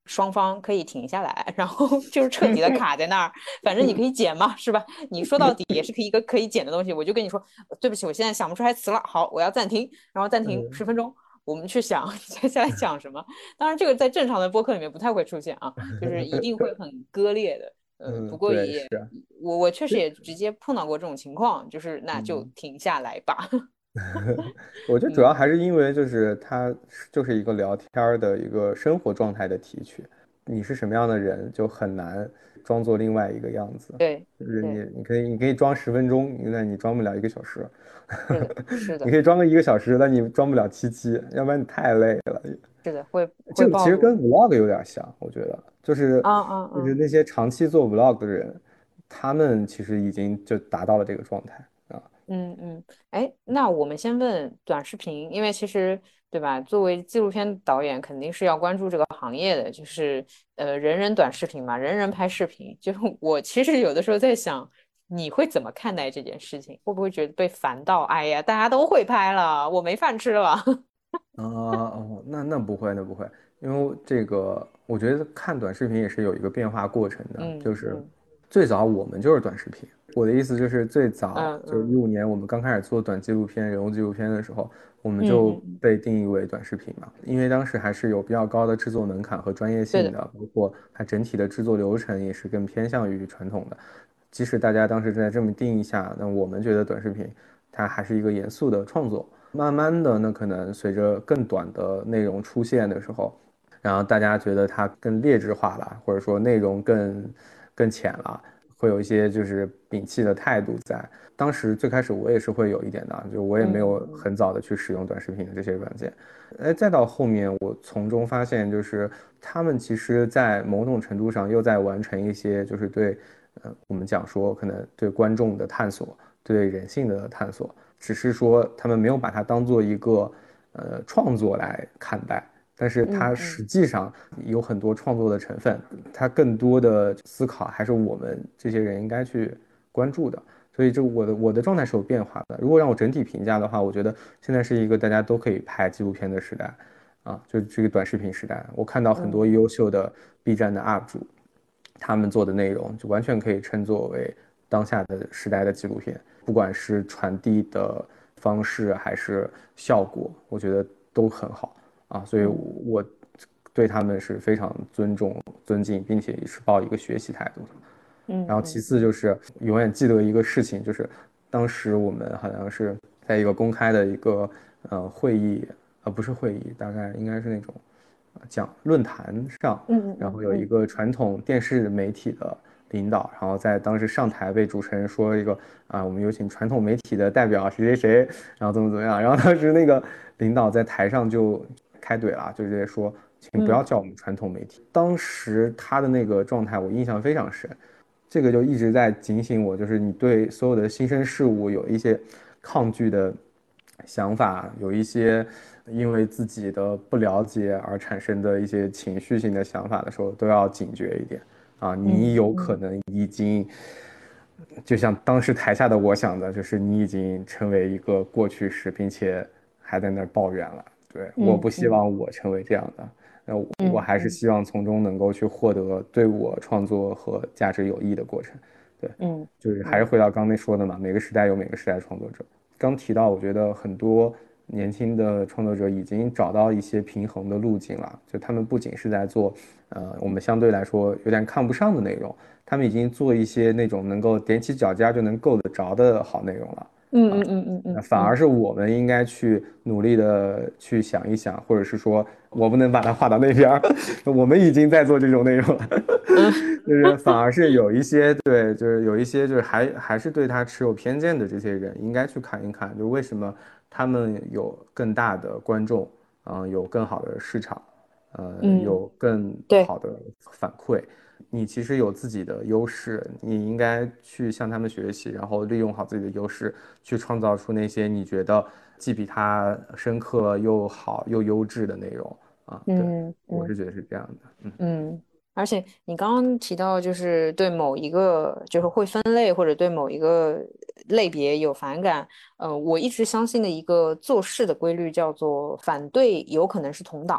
双方可以停下来，然后就是彻底的卡在那儿，反正你可以剪嘛，是吧？你说到底也是可以一个可以剪的东西，我就跟你说，对不起，我现在想不出来词了，好，我要暂停，然后暂停十分钟，我们去想接下来讲什么。当然，这个在正常的播客里面不太会出现啊，就是一定会很割裂的。呃，不嗯，对， 过也是啊， 我我确实也直接碰到过这种情况，就是那就嗯。 停下来吧。 我觉得主要嗯， 还是因为就是它就是一个聊天儿的一个生活状态的提取，你是什么样的人就很难装作另外一个样子， 对就是你对， 你可以你可以装十分钟，那你装不了一个小时， 是的，是的， 你可以装个一个小时，但你装不了七期，要不然你太累了。 是的，会这会暴露。 个其实跟 vlog 有点像，我觉得就是啊啊啊！ 就是那些长期做 vlog 的人，他们其实已经就达到了这个状态啊。 嗯嗯，哎，那我们先问短视频，因为其实对吧，作为纪录片导演，肯定是要关注这个行业的，就是呃，人人短视频嘛，人人拍视频。就我其实有的时候在想，你会怎么看待这件事情？会不会觉得被烦到？哎呀，大家都会拍了，我没饭吃了。 啊哦，那那不会，那不会，因为这个我觉得看短视频也是有一个变化过程的，就是嗯嗯最早我们就是短视频，我的意思就是最早就是一嗯嗯五年我们刚开始做短纪录片、人物纪录片的时候，我们就嗯嗯嗯， 被定义为短视频嘛，因为当时还是有比较高的制作门槛和专业对的， 性的，包括它整体的制作流程也是更偏向于传统的。即使大家当时在这么定义下，那我们觉得短视频它还是一个严肃的创作。慢慢的，那可能随着更短的内容出现的时候，然后大家觉得它更劣质化了，或者说内容更更浅了，会有一些就是摒弃的态度在。当时最开始我也是会有一点的，就我也没有嗯嗯很早的去使用短视频的这些软件，哎，再到后面我从中发现，就是他们其实在某种程度上又在完成一些就是对，呃，我们讲说可能对观众的探索，对人性的探索。只是说他们没有把它当做一个呃创作来看待，但是它实嗯嗯际上有很多创作的成分，它更多的思考还是我们这些人应该去关注的。所以这我的我的状态是有变化的。如果让我整体评价的话，我觉得现在是一个大家都可以拍纪录片的时代，啊，就这个短视频时代。我看到很多嗯优秀的 B 站的 U P 主，他们做的内容就完全可以称作为当下的时代的纪录片，不管是传递的方式还是效果，我觉得都很好啊，所以嗯我对他们是非常尊重、尊敬，并且是抱一个学习态度的。然后其嗯嗯次就是永远记得一个事情，就是当时我们好像是在一个公开的一个呃会议，呃不是会议，大概应该是那种呃讲论坛上， 嗯嗯然后有一嗯个传统电视媒体的领导，然后在当时上台被主持人说一个啊，我们有请传统媒体的代表谁谁谁，然后怎么怎么样，然后当时那个领导在台上就开怼了，就直接说，请不要嗯叫我们传统媒体。当时他的那个状态我印象非常深，这个就一直在警醒我，就是你对所有的新生事物有一些抗拒的想法，有一些因为自己的不了解而产生的一些情绪性的想法的时候，都要警觉一点啊！你有可嗯嗯能已经，就像当时台下的我想的，就是你已经成为一个过去式，并且还在那儿抱怨了。对，我不希嗯嗯望我成为这样的。那我还是嗯嗯希望从中能够去获得对我创作和价值有益的过程。对， 嗯就是还是嗯回到刚才说的嘛，每个时代有每个时代的创作者。刚提到，我觉得很多年轻的创作者已经找到一些平衡的路径了，就他们不仅是在做，呃，我们相对来说有点看不上的内容，他们已经做一些那种能够踮起脚尖就能够得着的好内容了。啊， 嗯嗯嗯嗯那嗯嗯反而是我们应该去努力的去想一想，或者是说我不能把它划到那边儿，我们已经在做这种内容了， 嗯就是反而是有一些对，就是有一些就是还还是对他持有偏见的这些人，应该去看一看，就为什么他们有更大的观众，嗯、有更好的市场，呃， 嗯， 有更对， 好的反馈。你其实有自己的优势，你应该去向他们学习，然后利用好自己的优势，去创造出那些你觉得既比他深刻又好又优质的内容啊。对， 嗯嗯我是觉得是这样的。嗯嗯，而且你刚刚提到，就是对某一个就是会分类或者对某一个类别有反感，呃，我一直相信的一个做事的规律叫做反对有可能是同党。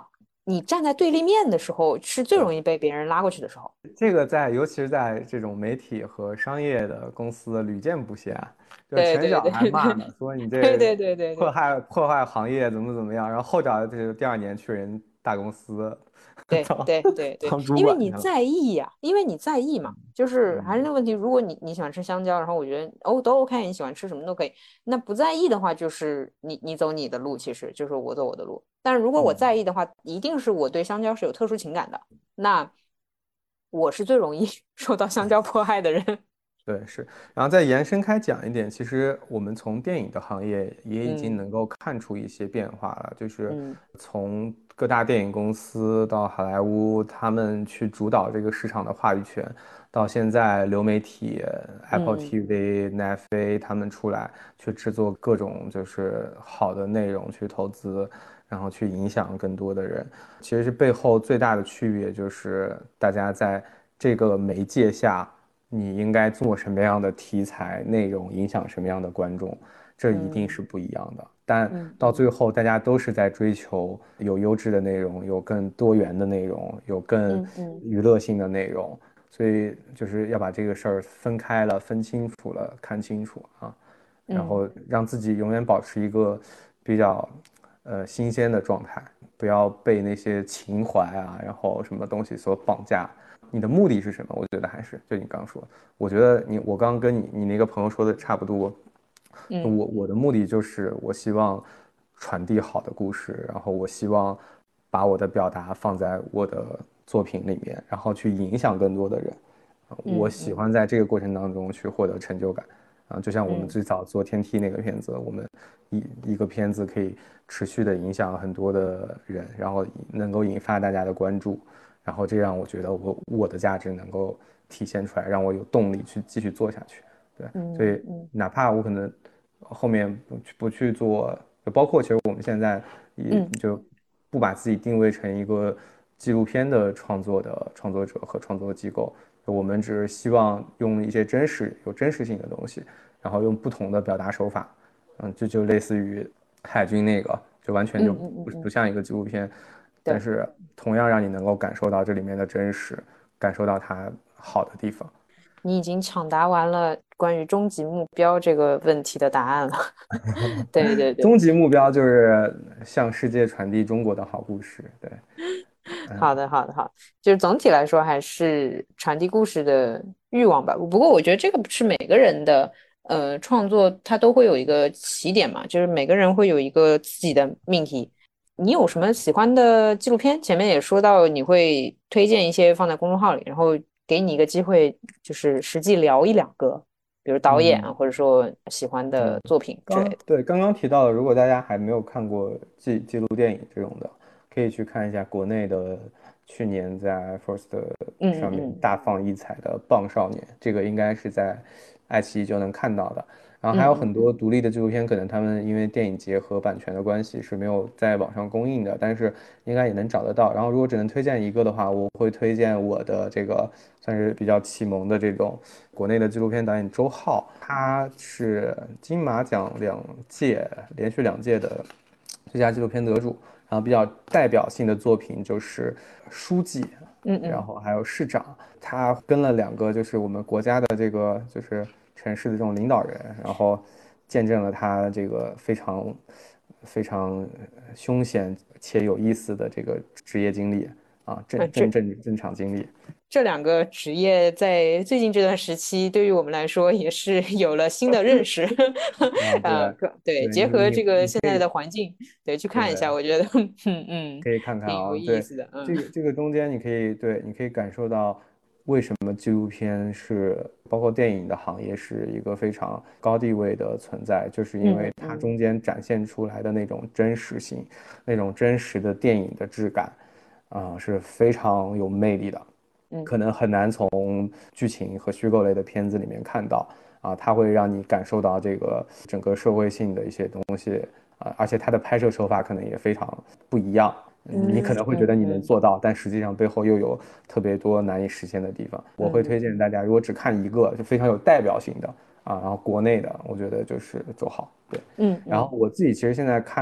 你站在对立面的时候，是最容易被别人拉过去的时候。 这个在尤其是在这种媒体和商业的公司屡见不鲜啊，就是对对前脚还对对骂呢，说你这对对对对对。 破坏破坏行业怎么怎么样，然后后脚这第二年去人大公司当对对对对， 当主因为管去了。 你在意呀，因为你在意嘛，就是还是那嗯个问题。如果你你喜欢吃香蕉，然后我觉得哦都 OK，你喜欢吃什么都可以。那不在意的话，就是你你走你的路，其实就是我走我的路。但是如果我在嗯。 意的话，一定是我对香蕉是有特殊情感的。那我是最容易受到香蕉迫害的人。 对，是，然后再延伸开讲一点，其实我们从电影的行业也已经嗯能够看出一些变化了，就是嗯从各大电影公司到好莱坞，他们去主导这个市场的话语权，到现在流媒体、Apple 嗯 T V、奈飞他们出来去制作各种就是好的内容去投资，然后去影响更多的人，其实是背后最大的区别就是大家在这个媒介下。你应该做什么样的题材内容，影响什么样的观众，这一定嗯是不一样的。但嗯嗯到最后，大家都是在追求有优质的内容，有更多元的内容，有更嗯嗯娱乐性的内容。所以就是要把这个事儿分开了，分清楚了，看清楚啊，然嗯后让自己永远保持一个比较呃新鲜的状态，不要被那些情怀啊，然后什么东西所绑架。你的目的是什么？我觉得还是就你刚说，我觉得你我刚跟你你那个朋友说的差不多。我嗯我的目的就是我希望传递好的故事，然后我希望把我的表达放在我的作品里面，然后去影响更多的人。我嗯嗯喜欢在这个过程当中去获得成就感。啊，就像我们嗯最早做天梯那个片子，我们一一个片子可以持续的影响很多的人，然后能够引发大家的关注，然后这让我觉得我我的价值能够体现出来，让我有动力去继续做下去。对，所以嗯嗯哪怕我可能后面不去不去做，就包括其实我们现在也嗯就不把自己定位成一个纪录片的创作的创作者和创作机构，我们只是希望用一些真实、有真实性的东西，然后用不同的表达手法，嗯，这就类似于海军那个，就完全就嗯嗯嗯不不嗯， 像一个纪录片，但对。 是同样让你能够感受到这里面的真实，感受到它好的地方。 你已经抢答完了关于终极目标这个问题的答案了。对对对， 终极目标就是向世界传递中国的好故事。对，嗯好的好的好，就是总体来说还是传递故事的欲望吧。不过我觉得这个是每个人的呃创作，他都会有一个起点嘛，就是每个人会有一个自己的命题。你有什么喜欢的纪录片？前面也说到你会推荐一些放在公众号里，然后给你一个机会，就是实际聊一两个，比如导演啊嗯。 或者说喜欢的嗯， 作品之类的。 刚对刚刚提到的，如果大家还没有看过纪纪录电影这种的，可以去看一下国内的去年在 First 上面嗯嗯大放异彩的《棒少年》，这个应该是在爱奇艺就能看到的。然后还有很嗯嗯多独立的纪录片，可能他们因为电影节和版权的关系是没有在网上公映的，但是应该也能找得到。然后如果只能推荐一个的话，我会推荐我的这个算是比较启蒙的这种国内的纪录片导演周浩，他是金马奖两届连续两届的最佳纪录片得主。然后比较代表性的作品就是《书记》， 嗯嗯然后还有市长，他跟了两个就是我们国家的这个就是城市的这种领导人，然后见证了他这个非常非常凶险且有意思的这个职业经历啊， 嗯， 正正这正正场经历。 这两个职业在最近这段时期，对于我们来说也是有了新的认识。 啊， 呃， 对， 可对， 对结合你你这个现在你可以的环境，对，去看一下， 对。 我觉得，嗯嗯， 可以看看挺有啊，对， 意思的，嗯这个这个中间你可以对，你可以感受到为什么纪录片是包括电影的行业是一个非常高地位的存在，就是因为它嗯嗯中间展现出来的那种真实性，那种真实的电影的质感，啊、是非常有魅力的， 嗯可能很难从剧情和虚构类的片子里面看到。啊，它会让你感受到这个整个社会性的一些东西啊，而且它的拍摄手法可能也非常不一样。你可嗯能会觉得你能嗯嗯做到，但实际上背后又有特别多难以实现的地方。我会推荐嗯大家，如果只看一个就非常有代表性的啊，然后国内的，我觉得就是周浩。对，然后嗯嗯我自己其实现在看的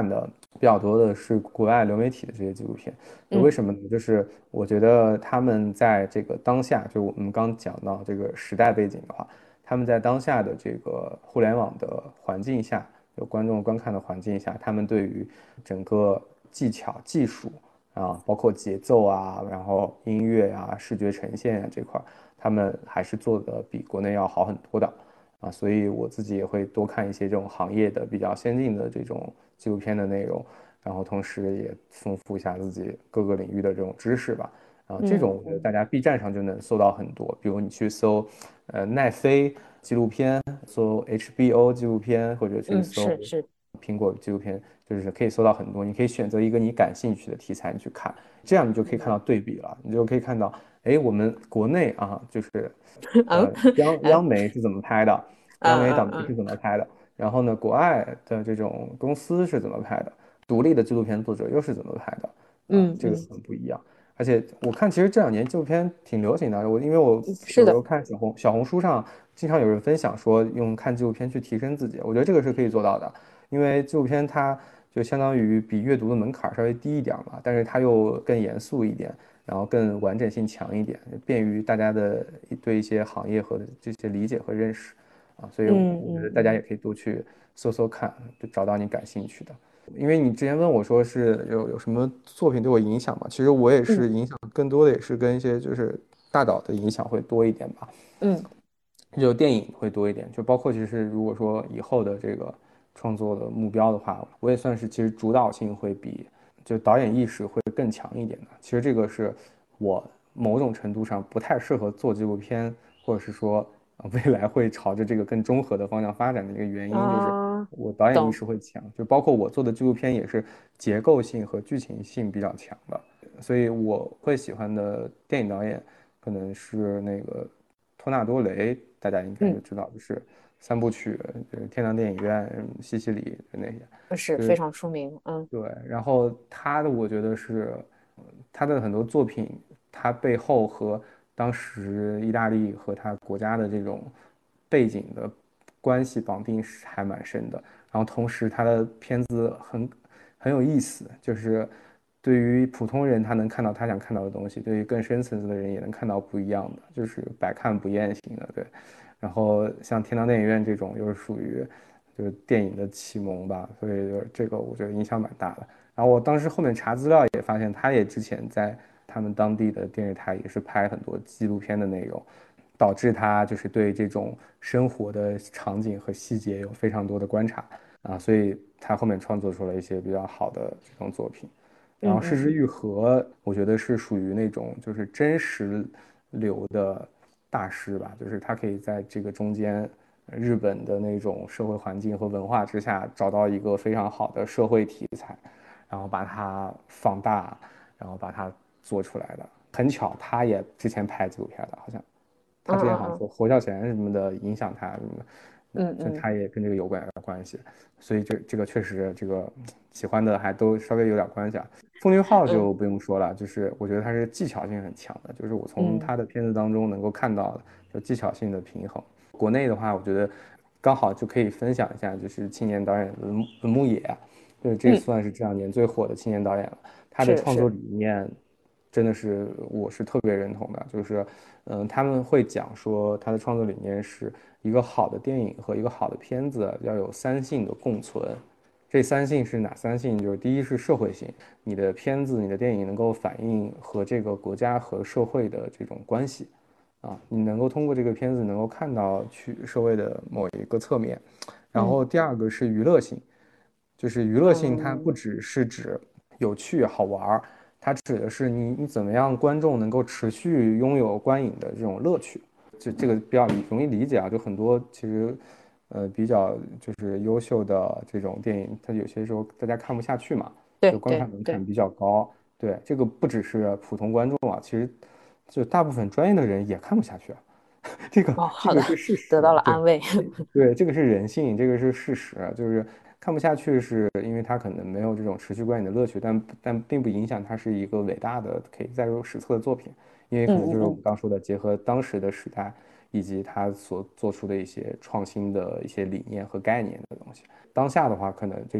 比较多的是国外流媒体的这些纪录片。就为嗯什么呢？就是我觉得他们在这个当下，就我们刚讲到这个时代背景的话，他们在当下的这个互联网的环境下，有观众观看的环境下，他们对于整个技巧、技术啊，包括节奏啊，然后音乐啊、视觉呈现啊这块儿，他们还是做的比国内要好很多的。啊，所以我自己也会多看一些这种行业的比较先进的这种纪录片的内容，然后同时也丰富一下自己各个领域的这种知识吧。然后这种我觉得嗯嗯大家 B 站上就能搜到很多，比如你去搜，呃，奈飞纪录片，搜 H B O 纪录片，或者去嗯， 搜是是， 苹果纪录片，就是可以搜到很多。你可以选择一个你感兴趣的题材你去看，这样你就可以看到嗯对比了，你就可以看到，哎，我们国内啊，就是嗯呃央央嗯媒是怎么拍的，央嗯媒党媒是嗯怎么拍的，然后呢，国外的这种公司是怎么拍的，独立的纪录片作者又是怎么拍的啊，这个嗯嗯很不一样。而且我看，其实这两年纪录片挺流行的。我因为我嗯，是的， 有时候看小红小红书上，经常有人分享说用看纪录片去提升自己，我觉得这个是可以做到的。因为纪录片它就相当于比阅读的门槛稍微低一点嘛，但是它又更严肃一点，然后更完整性强一点，便于大家的对一些行业和这些理解和认识啊。所以嗯我觉得大家也嗯嗯可以多去搜搜看，就找到你感兴趣的。因为你之前问我说是有有什么作品对我影响嘛，其实我也是嗯影响更多的也是跟一些就是大导的影响会多一点吧， 嗯就电影会多一点，就包括其实如果说以后的这个创作的目标的话，我也算是其实主导性会比就导演意识会更强一点的。其实这个是我某种程度上不太适合做纪录片，或者是说呃未来会朝着这个更综合的方向发展的一个原因，就是啊， 我导演意懂， 识会强，就包括我做的纪录片也是结构性和剧情性比较强的，所以我会喜欢的电影导演可能是那个托纳多雷，大家应该就嗯， 知道，就是三部曲，就是天堂电影院、西西里那些，就是是非常出名，嗯对。然后他的我觉得是他的很多作品，他背后和当时意大利和他国家的这种背景的关系绑定是还蛮深的。然后同时他的片子很很有意思，就是对于普通人他能看到他想看到的东西，对于更深层次的人也能看到不一样的，就是百看不厌型的，对。然后像天堂电影院这种又是属于就是电影的启蒙吧，所以就是这个我觉得影响蛮大的。然后我当时后面查资料也发现，他也之前在他们当地的电视台也是拍很多纪录片的内容，导致他就是对这种生活的场景和细节有非常多的观察啊，所以他后面创作出了一些比较好的这种作品。然后《失之嗯嗯愈合》，我觉得是属于那种就是真实流的大师吧，就是他可以在这个中间，日本的那种社会环境和文化之下，找到一个非常好的社会题材，然后把它放大，然后把它做出来的。很巧，他也之前拍纪录片的，好像他之前好像嗯嗯说侯孝贤什么的影响他什么的， 嗯嗯就他也跟这个有关关系，所以这这个确实这个喜欢的还都稍微有点关系啊。奉俊昊嗯就不用说了，就是我觉得他是技巧性很强的，就是我从嗯他的片子当中能够看到就技巧性的平衡。国内的话，我觉得刚好就可以分享一下，就是青年导演文文牧野，就是这嗯， 算是这两年最火的青年导演了。他的是是， 创作理念真的是我是特别认同的，就是嗯，他们会讲说他的创作理念是一个好的电影和一个好的片子要有三性的共存。这三性是哪三性？就是第一是社会性，你的片子、你的电影能够反映和这个国家和社会的这种关系，啊，你能够通过这个片子能够看到去社会的某一个侧面。然嗯后第二个是娱乐性，就是娱乐性它不嗯只是指有趣好玩儿，它指的是你你怎么样观众能够持续拥有观影的这种乐趣。这这个比较容易理解啊，就很多其实呃比较就是优秀的这种电影，它有些时候大家看不下去嘛，就对观看对对， 门槛比较高。对，这个不只是普通观众啊，其实就大部分专业的人也看不下去啊。这个哦，好的， 这个是事得到实，对了安慰， 对，这个是人性，这个是事实，就是看不下去，是因为他可能没有这种持续观影的乐趣，但但并不影响它是一个伟大的可以载入史册的作品，因为可能就是我们嗯嗯嗯刚说的，结合当时的时代以及他所做出的一些创新的一些理念和概念的东西。当下的话，可能这种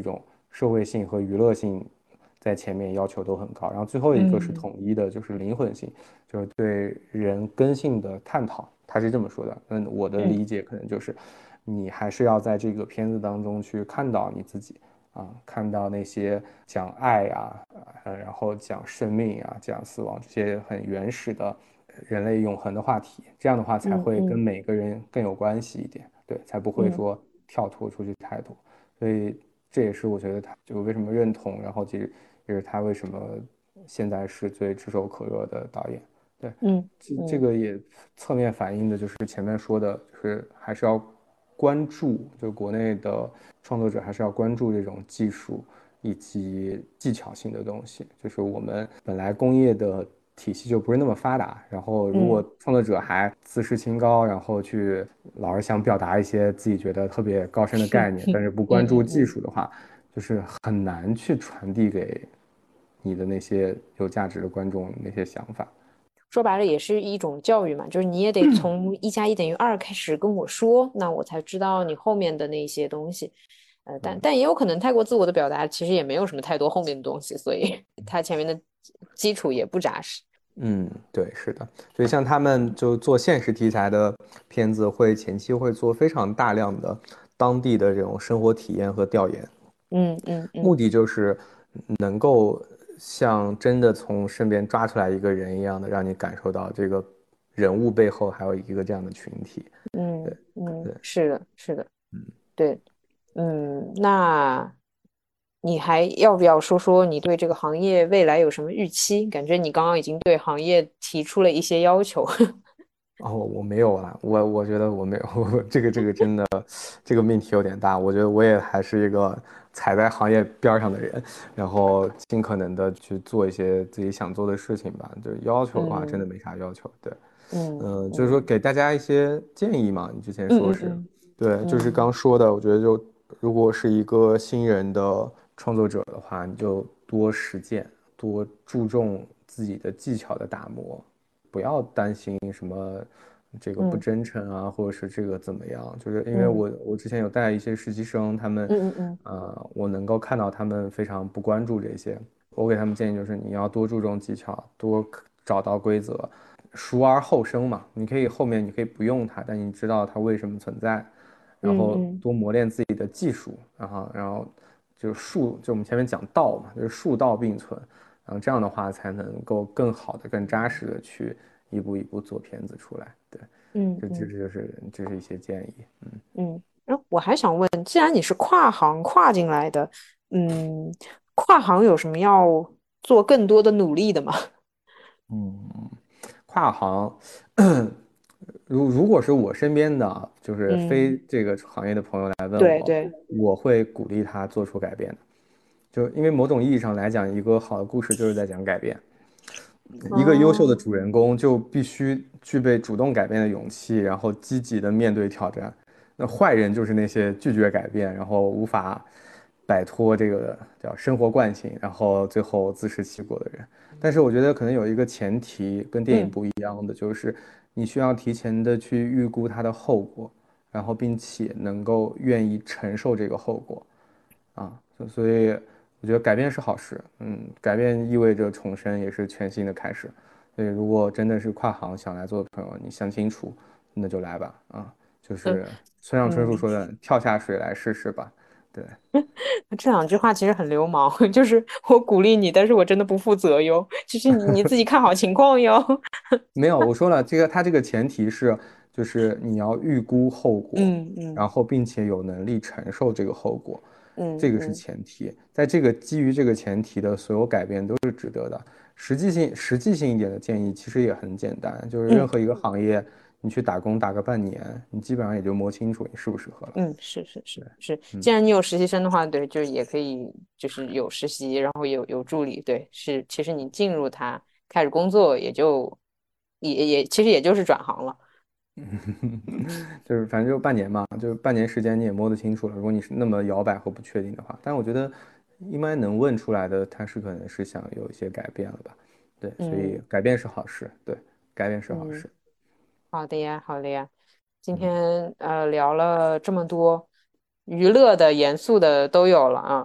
社会性和娱乐性在前面要求都很高，然后最后一个是嗯统一的，就是灵魂性，就是对人根性的探讨，他是这么说的。嗯，我的嗯理解可能就是你还是要在这个片子当中去看到你自己。啊，看到那些讲爱啊，呃，然后讲生命啊，讲死亡这些很原始的人类永恒的话题，这样的话才会跟嗯嗯每个人更有关系一点，对，才不会嗯说跳脱出去太多。所以这也是我觉得他就为什么认同，然后其实也是他为什么现在是最炙手可热的导演。对， 嗯这这嗯个也侧面反映的就是前面说的，就是还是要关注，就国内的创作者还是要关注这种技术以及技巧性的东西。就是我们本来工业的体系就不是那么发达，然后如果嗯创作者还自视清高，然后去老是想表达一些自己觉得特别高深的概念，但是不关注嗯嗯嗯。 技术的话，就是很难去传递给你的那些有价值的观众那些想法。 说白了也是一种教育嘛，就是你也得从一加一等于二开始跟我说，那我才知道你后面的那些东西。呃，但但也有可能太过自我的表达，其实也没有什么太多后面的东西，所以它前面的基础也不扎实。 嗯，对，是的，所以像他们就做现实题材的片子，会前期会做非常大量的当地的这种生活体验和调研， 嗯嗯目嗯的就是能够像真的从身边抓出来一个人一样的，让你感受到这个人物背后还有一个这样的群体。对嗯嗯， 对， 是的，是的，对，嗯，那你还要不要说说你对这个行业未来有什么预期？感觉你刚刚已经对行业提出了一些要求。 哦，我没有啦，我我觉得我没有，我这个这个真的，这个命题有点大。我觉得我也还是一个踩在行业边儿上的人，然后尽可能的去做一些自己想做的事情吧。就要求的话，真的嗯没啥要求。对， 嗯嗯、就是说嗯给大家一些建议嘛。你之前说是， 嗯嗯对，就是嗯刚说的，我觉得就如果是一个新人的创作者的话，你就多实践，多注重自己的技巧的打磨。不要担心什么这个不嗯真诚啊，或者是这个怎么样，就是因为嗯我我之前有带一些实习生，他们， 嗯嗯嗯呃，我能够看到他们非常不关注这些，我给他们建议就是你要多注重技巧，多找到规则，熟而后生嘛，你可以后面你可以不用它，但你知道它为什么存在，然后嗯嗯多磨练自己的技术，然后然后就术，就我们前面讲道嘛，就是术道并存。然后这样的话才能够更好的、更扎实的去一步一步做片子出来。对，这这嗯嗯就是这是一些建议。 嗯。然后我还想问，既然你是跨行跨进来的，嗯，跨行有什么要做更多的努力的吗？ 嗯，跨行，如如果是我身边的就是嗯， 非这个行业的朋友来问我， 对对， 我会鼓励他做出改变的。就因为某种意义上来讲，一个好的故事就是在讲改变。一个优秀的哦， 主人公就必须具备主动改变的勇气，然后积极的面对挑战。那坏人就是那些拒绝改变，然后无法摆脱这个叫生活惯性，然后最后自食其果的人。但是我觉得可能有一个前提跟电影嗯不一样的，就是你需要提前的去预估它的后果，然后并且能够愿意承受这个后果。啊，所所以我觉得改变是好事，嗯，改变意味着重生，也是全新的开始。所以如果真的是跨行想来做的朋友，你想清楚，那就来吧，啊，就嗯是村上春树嗯。 说的，跳下水来试试吧。对， 这两句话其实很流氓，就是我鼓励你，但是我真的不负责哟，就是你自己看好情况哟。 没有，我说了，这个他这个前提是，就是你要预估后果， 嗯嗯然后并且有能力承受这个后果，这个是嗯嗯前提。在这个基于这个前提的所有改变都是值得的。实际性实际性一点的建议其实也很简单，就是任嗯何一个行业，你去打工打个半年，你基本上也就摸清楚你适不适合了。 嗯，是是是对， 是，既嗯。 然你有实习生的话，对，就也可以，就是有实习，然后有有助理，对，是，其实你进入它开始工作，也就也也其实也就是转行了。 就是反正就半年嘛，就半年时间你也摸得清楚了。如果你是那么摇摆和不确定的话，但我觉得应该能问出来的，他是可能是想有一些改变了吧？对，所以嗯改变是好事，对，改变是好嗯， 事。 好的呀，好的呀。今嗯天呃聊了这么多，娱乐的、严肃的都有了，啊啊。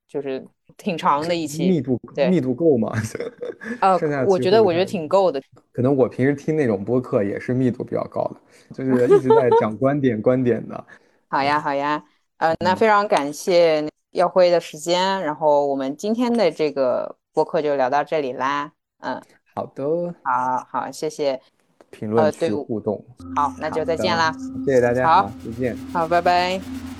就是挺长的一期。 密度对， 密度够吗？ 呃， 剩下我觉得我觉得几乎不太， 挺够的。 可能我平时听那种播客也是密度比较高的，就是一直在讲观点观点的。 好呀，好呀，呃，那嗯， 非常感谢耀辉的时间，然后我们今天的这个播客就聊到这里啦。嗯， 好的， 好好，谢谢。 评论呃，对， 区互动。 好，那就再见好的， 啦。 谢谢大家， 好， 好，再见。 好，拜拜。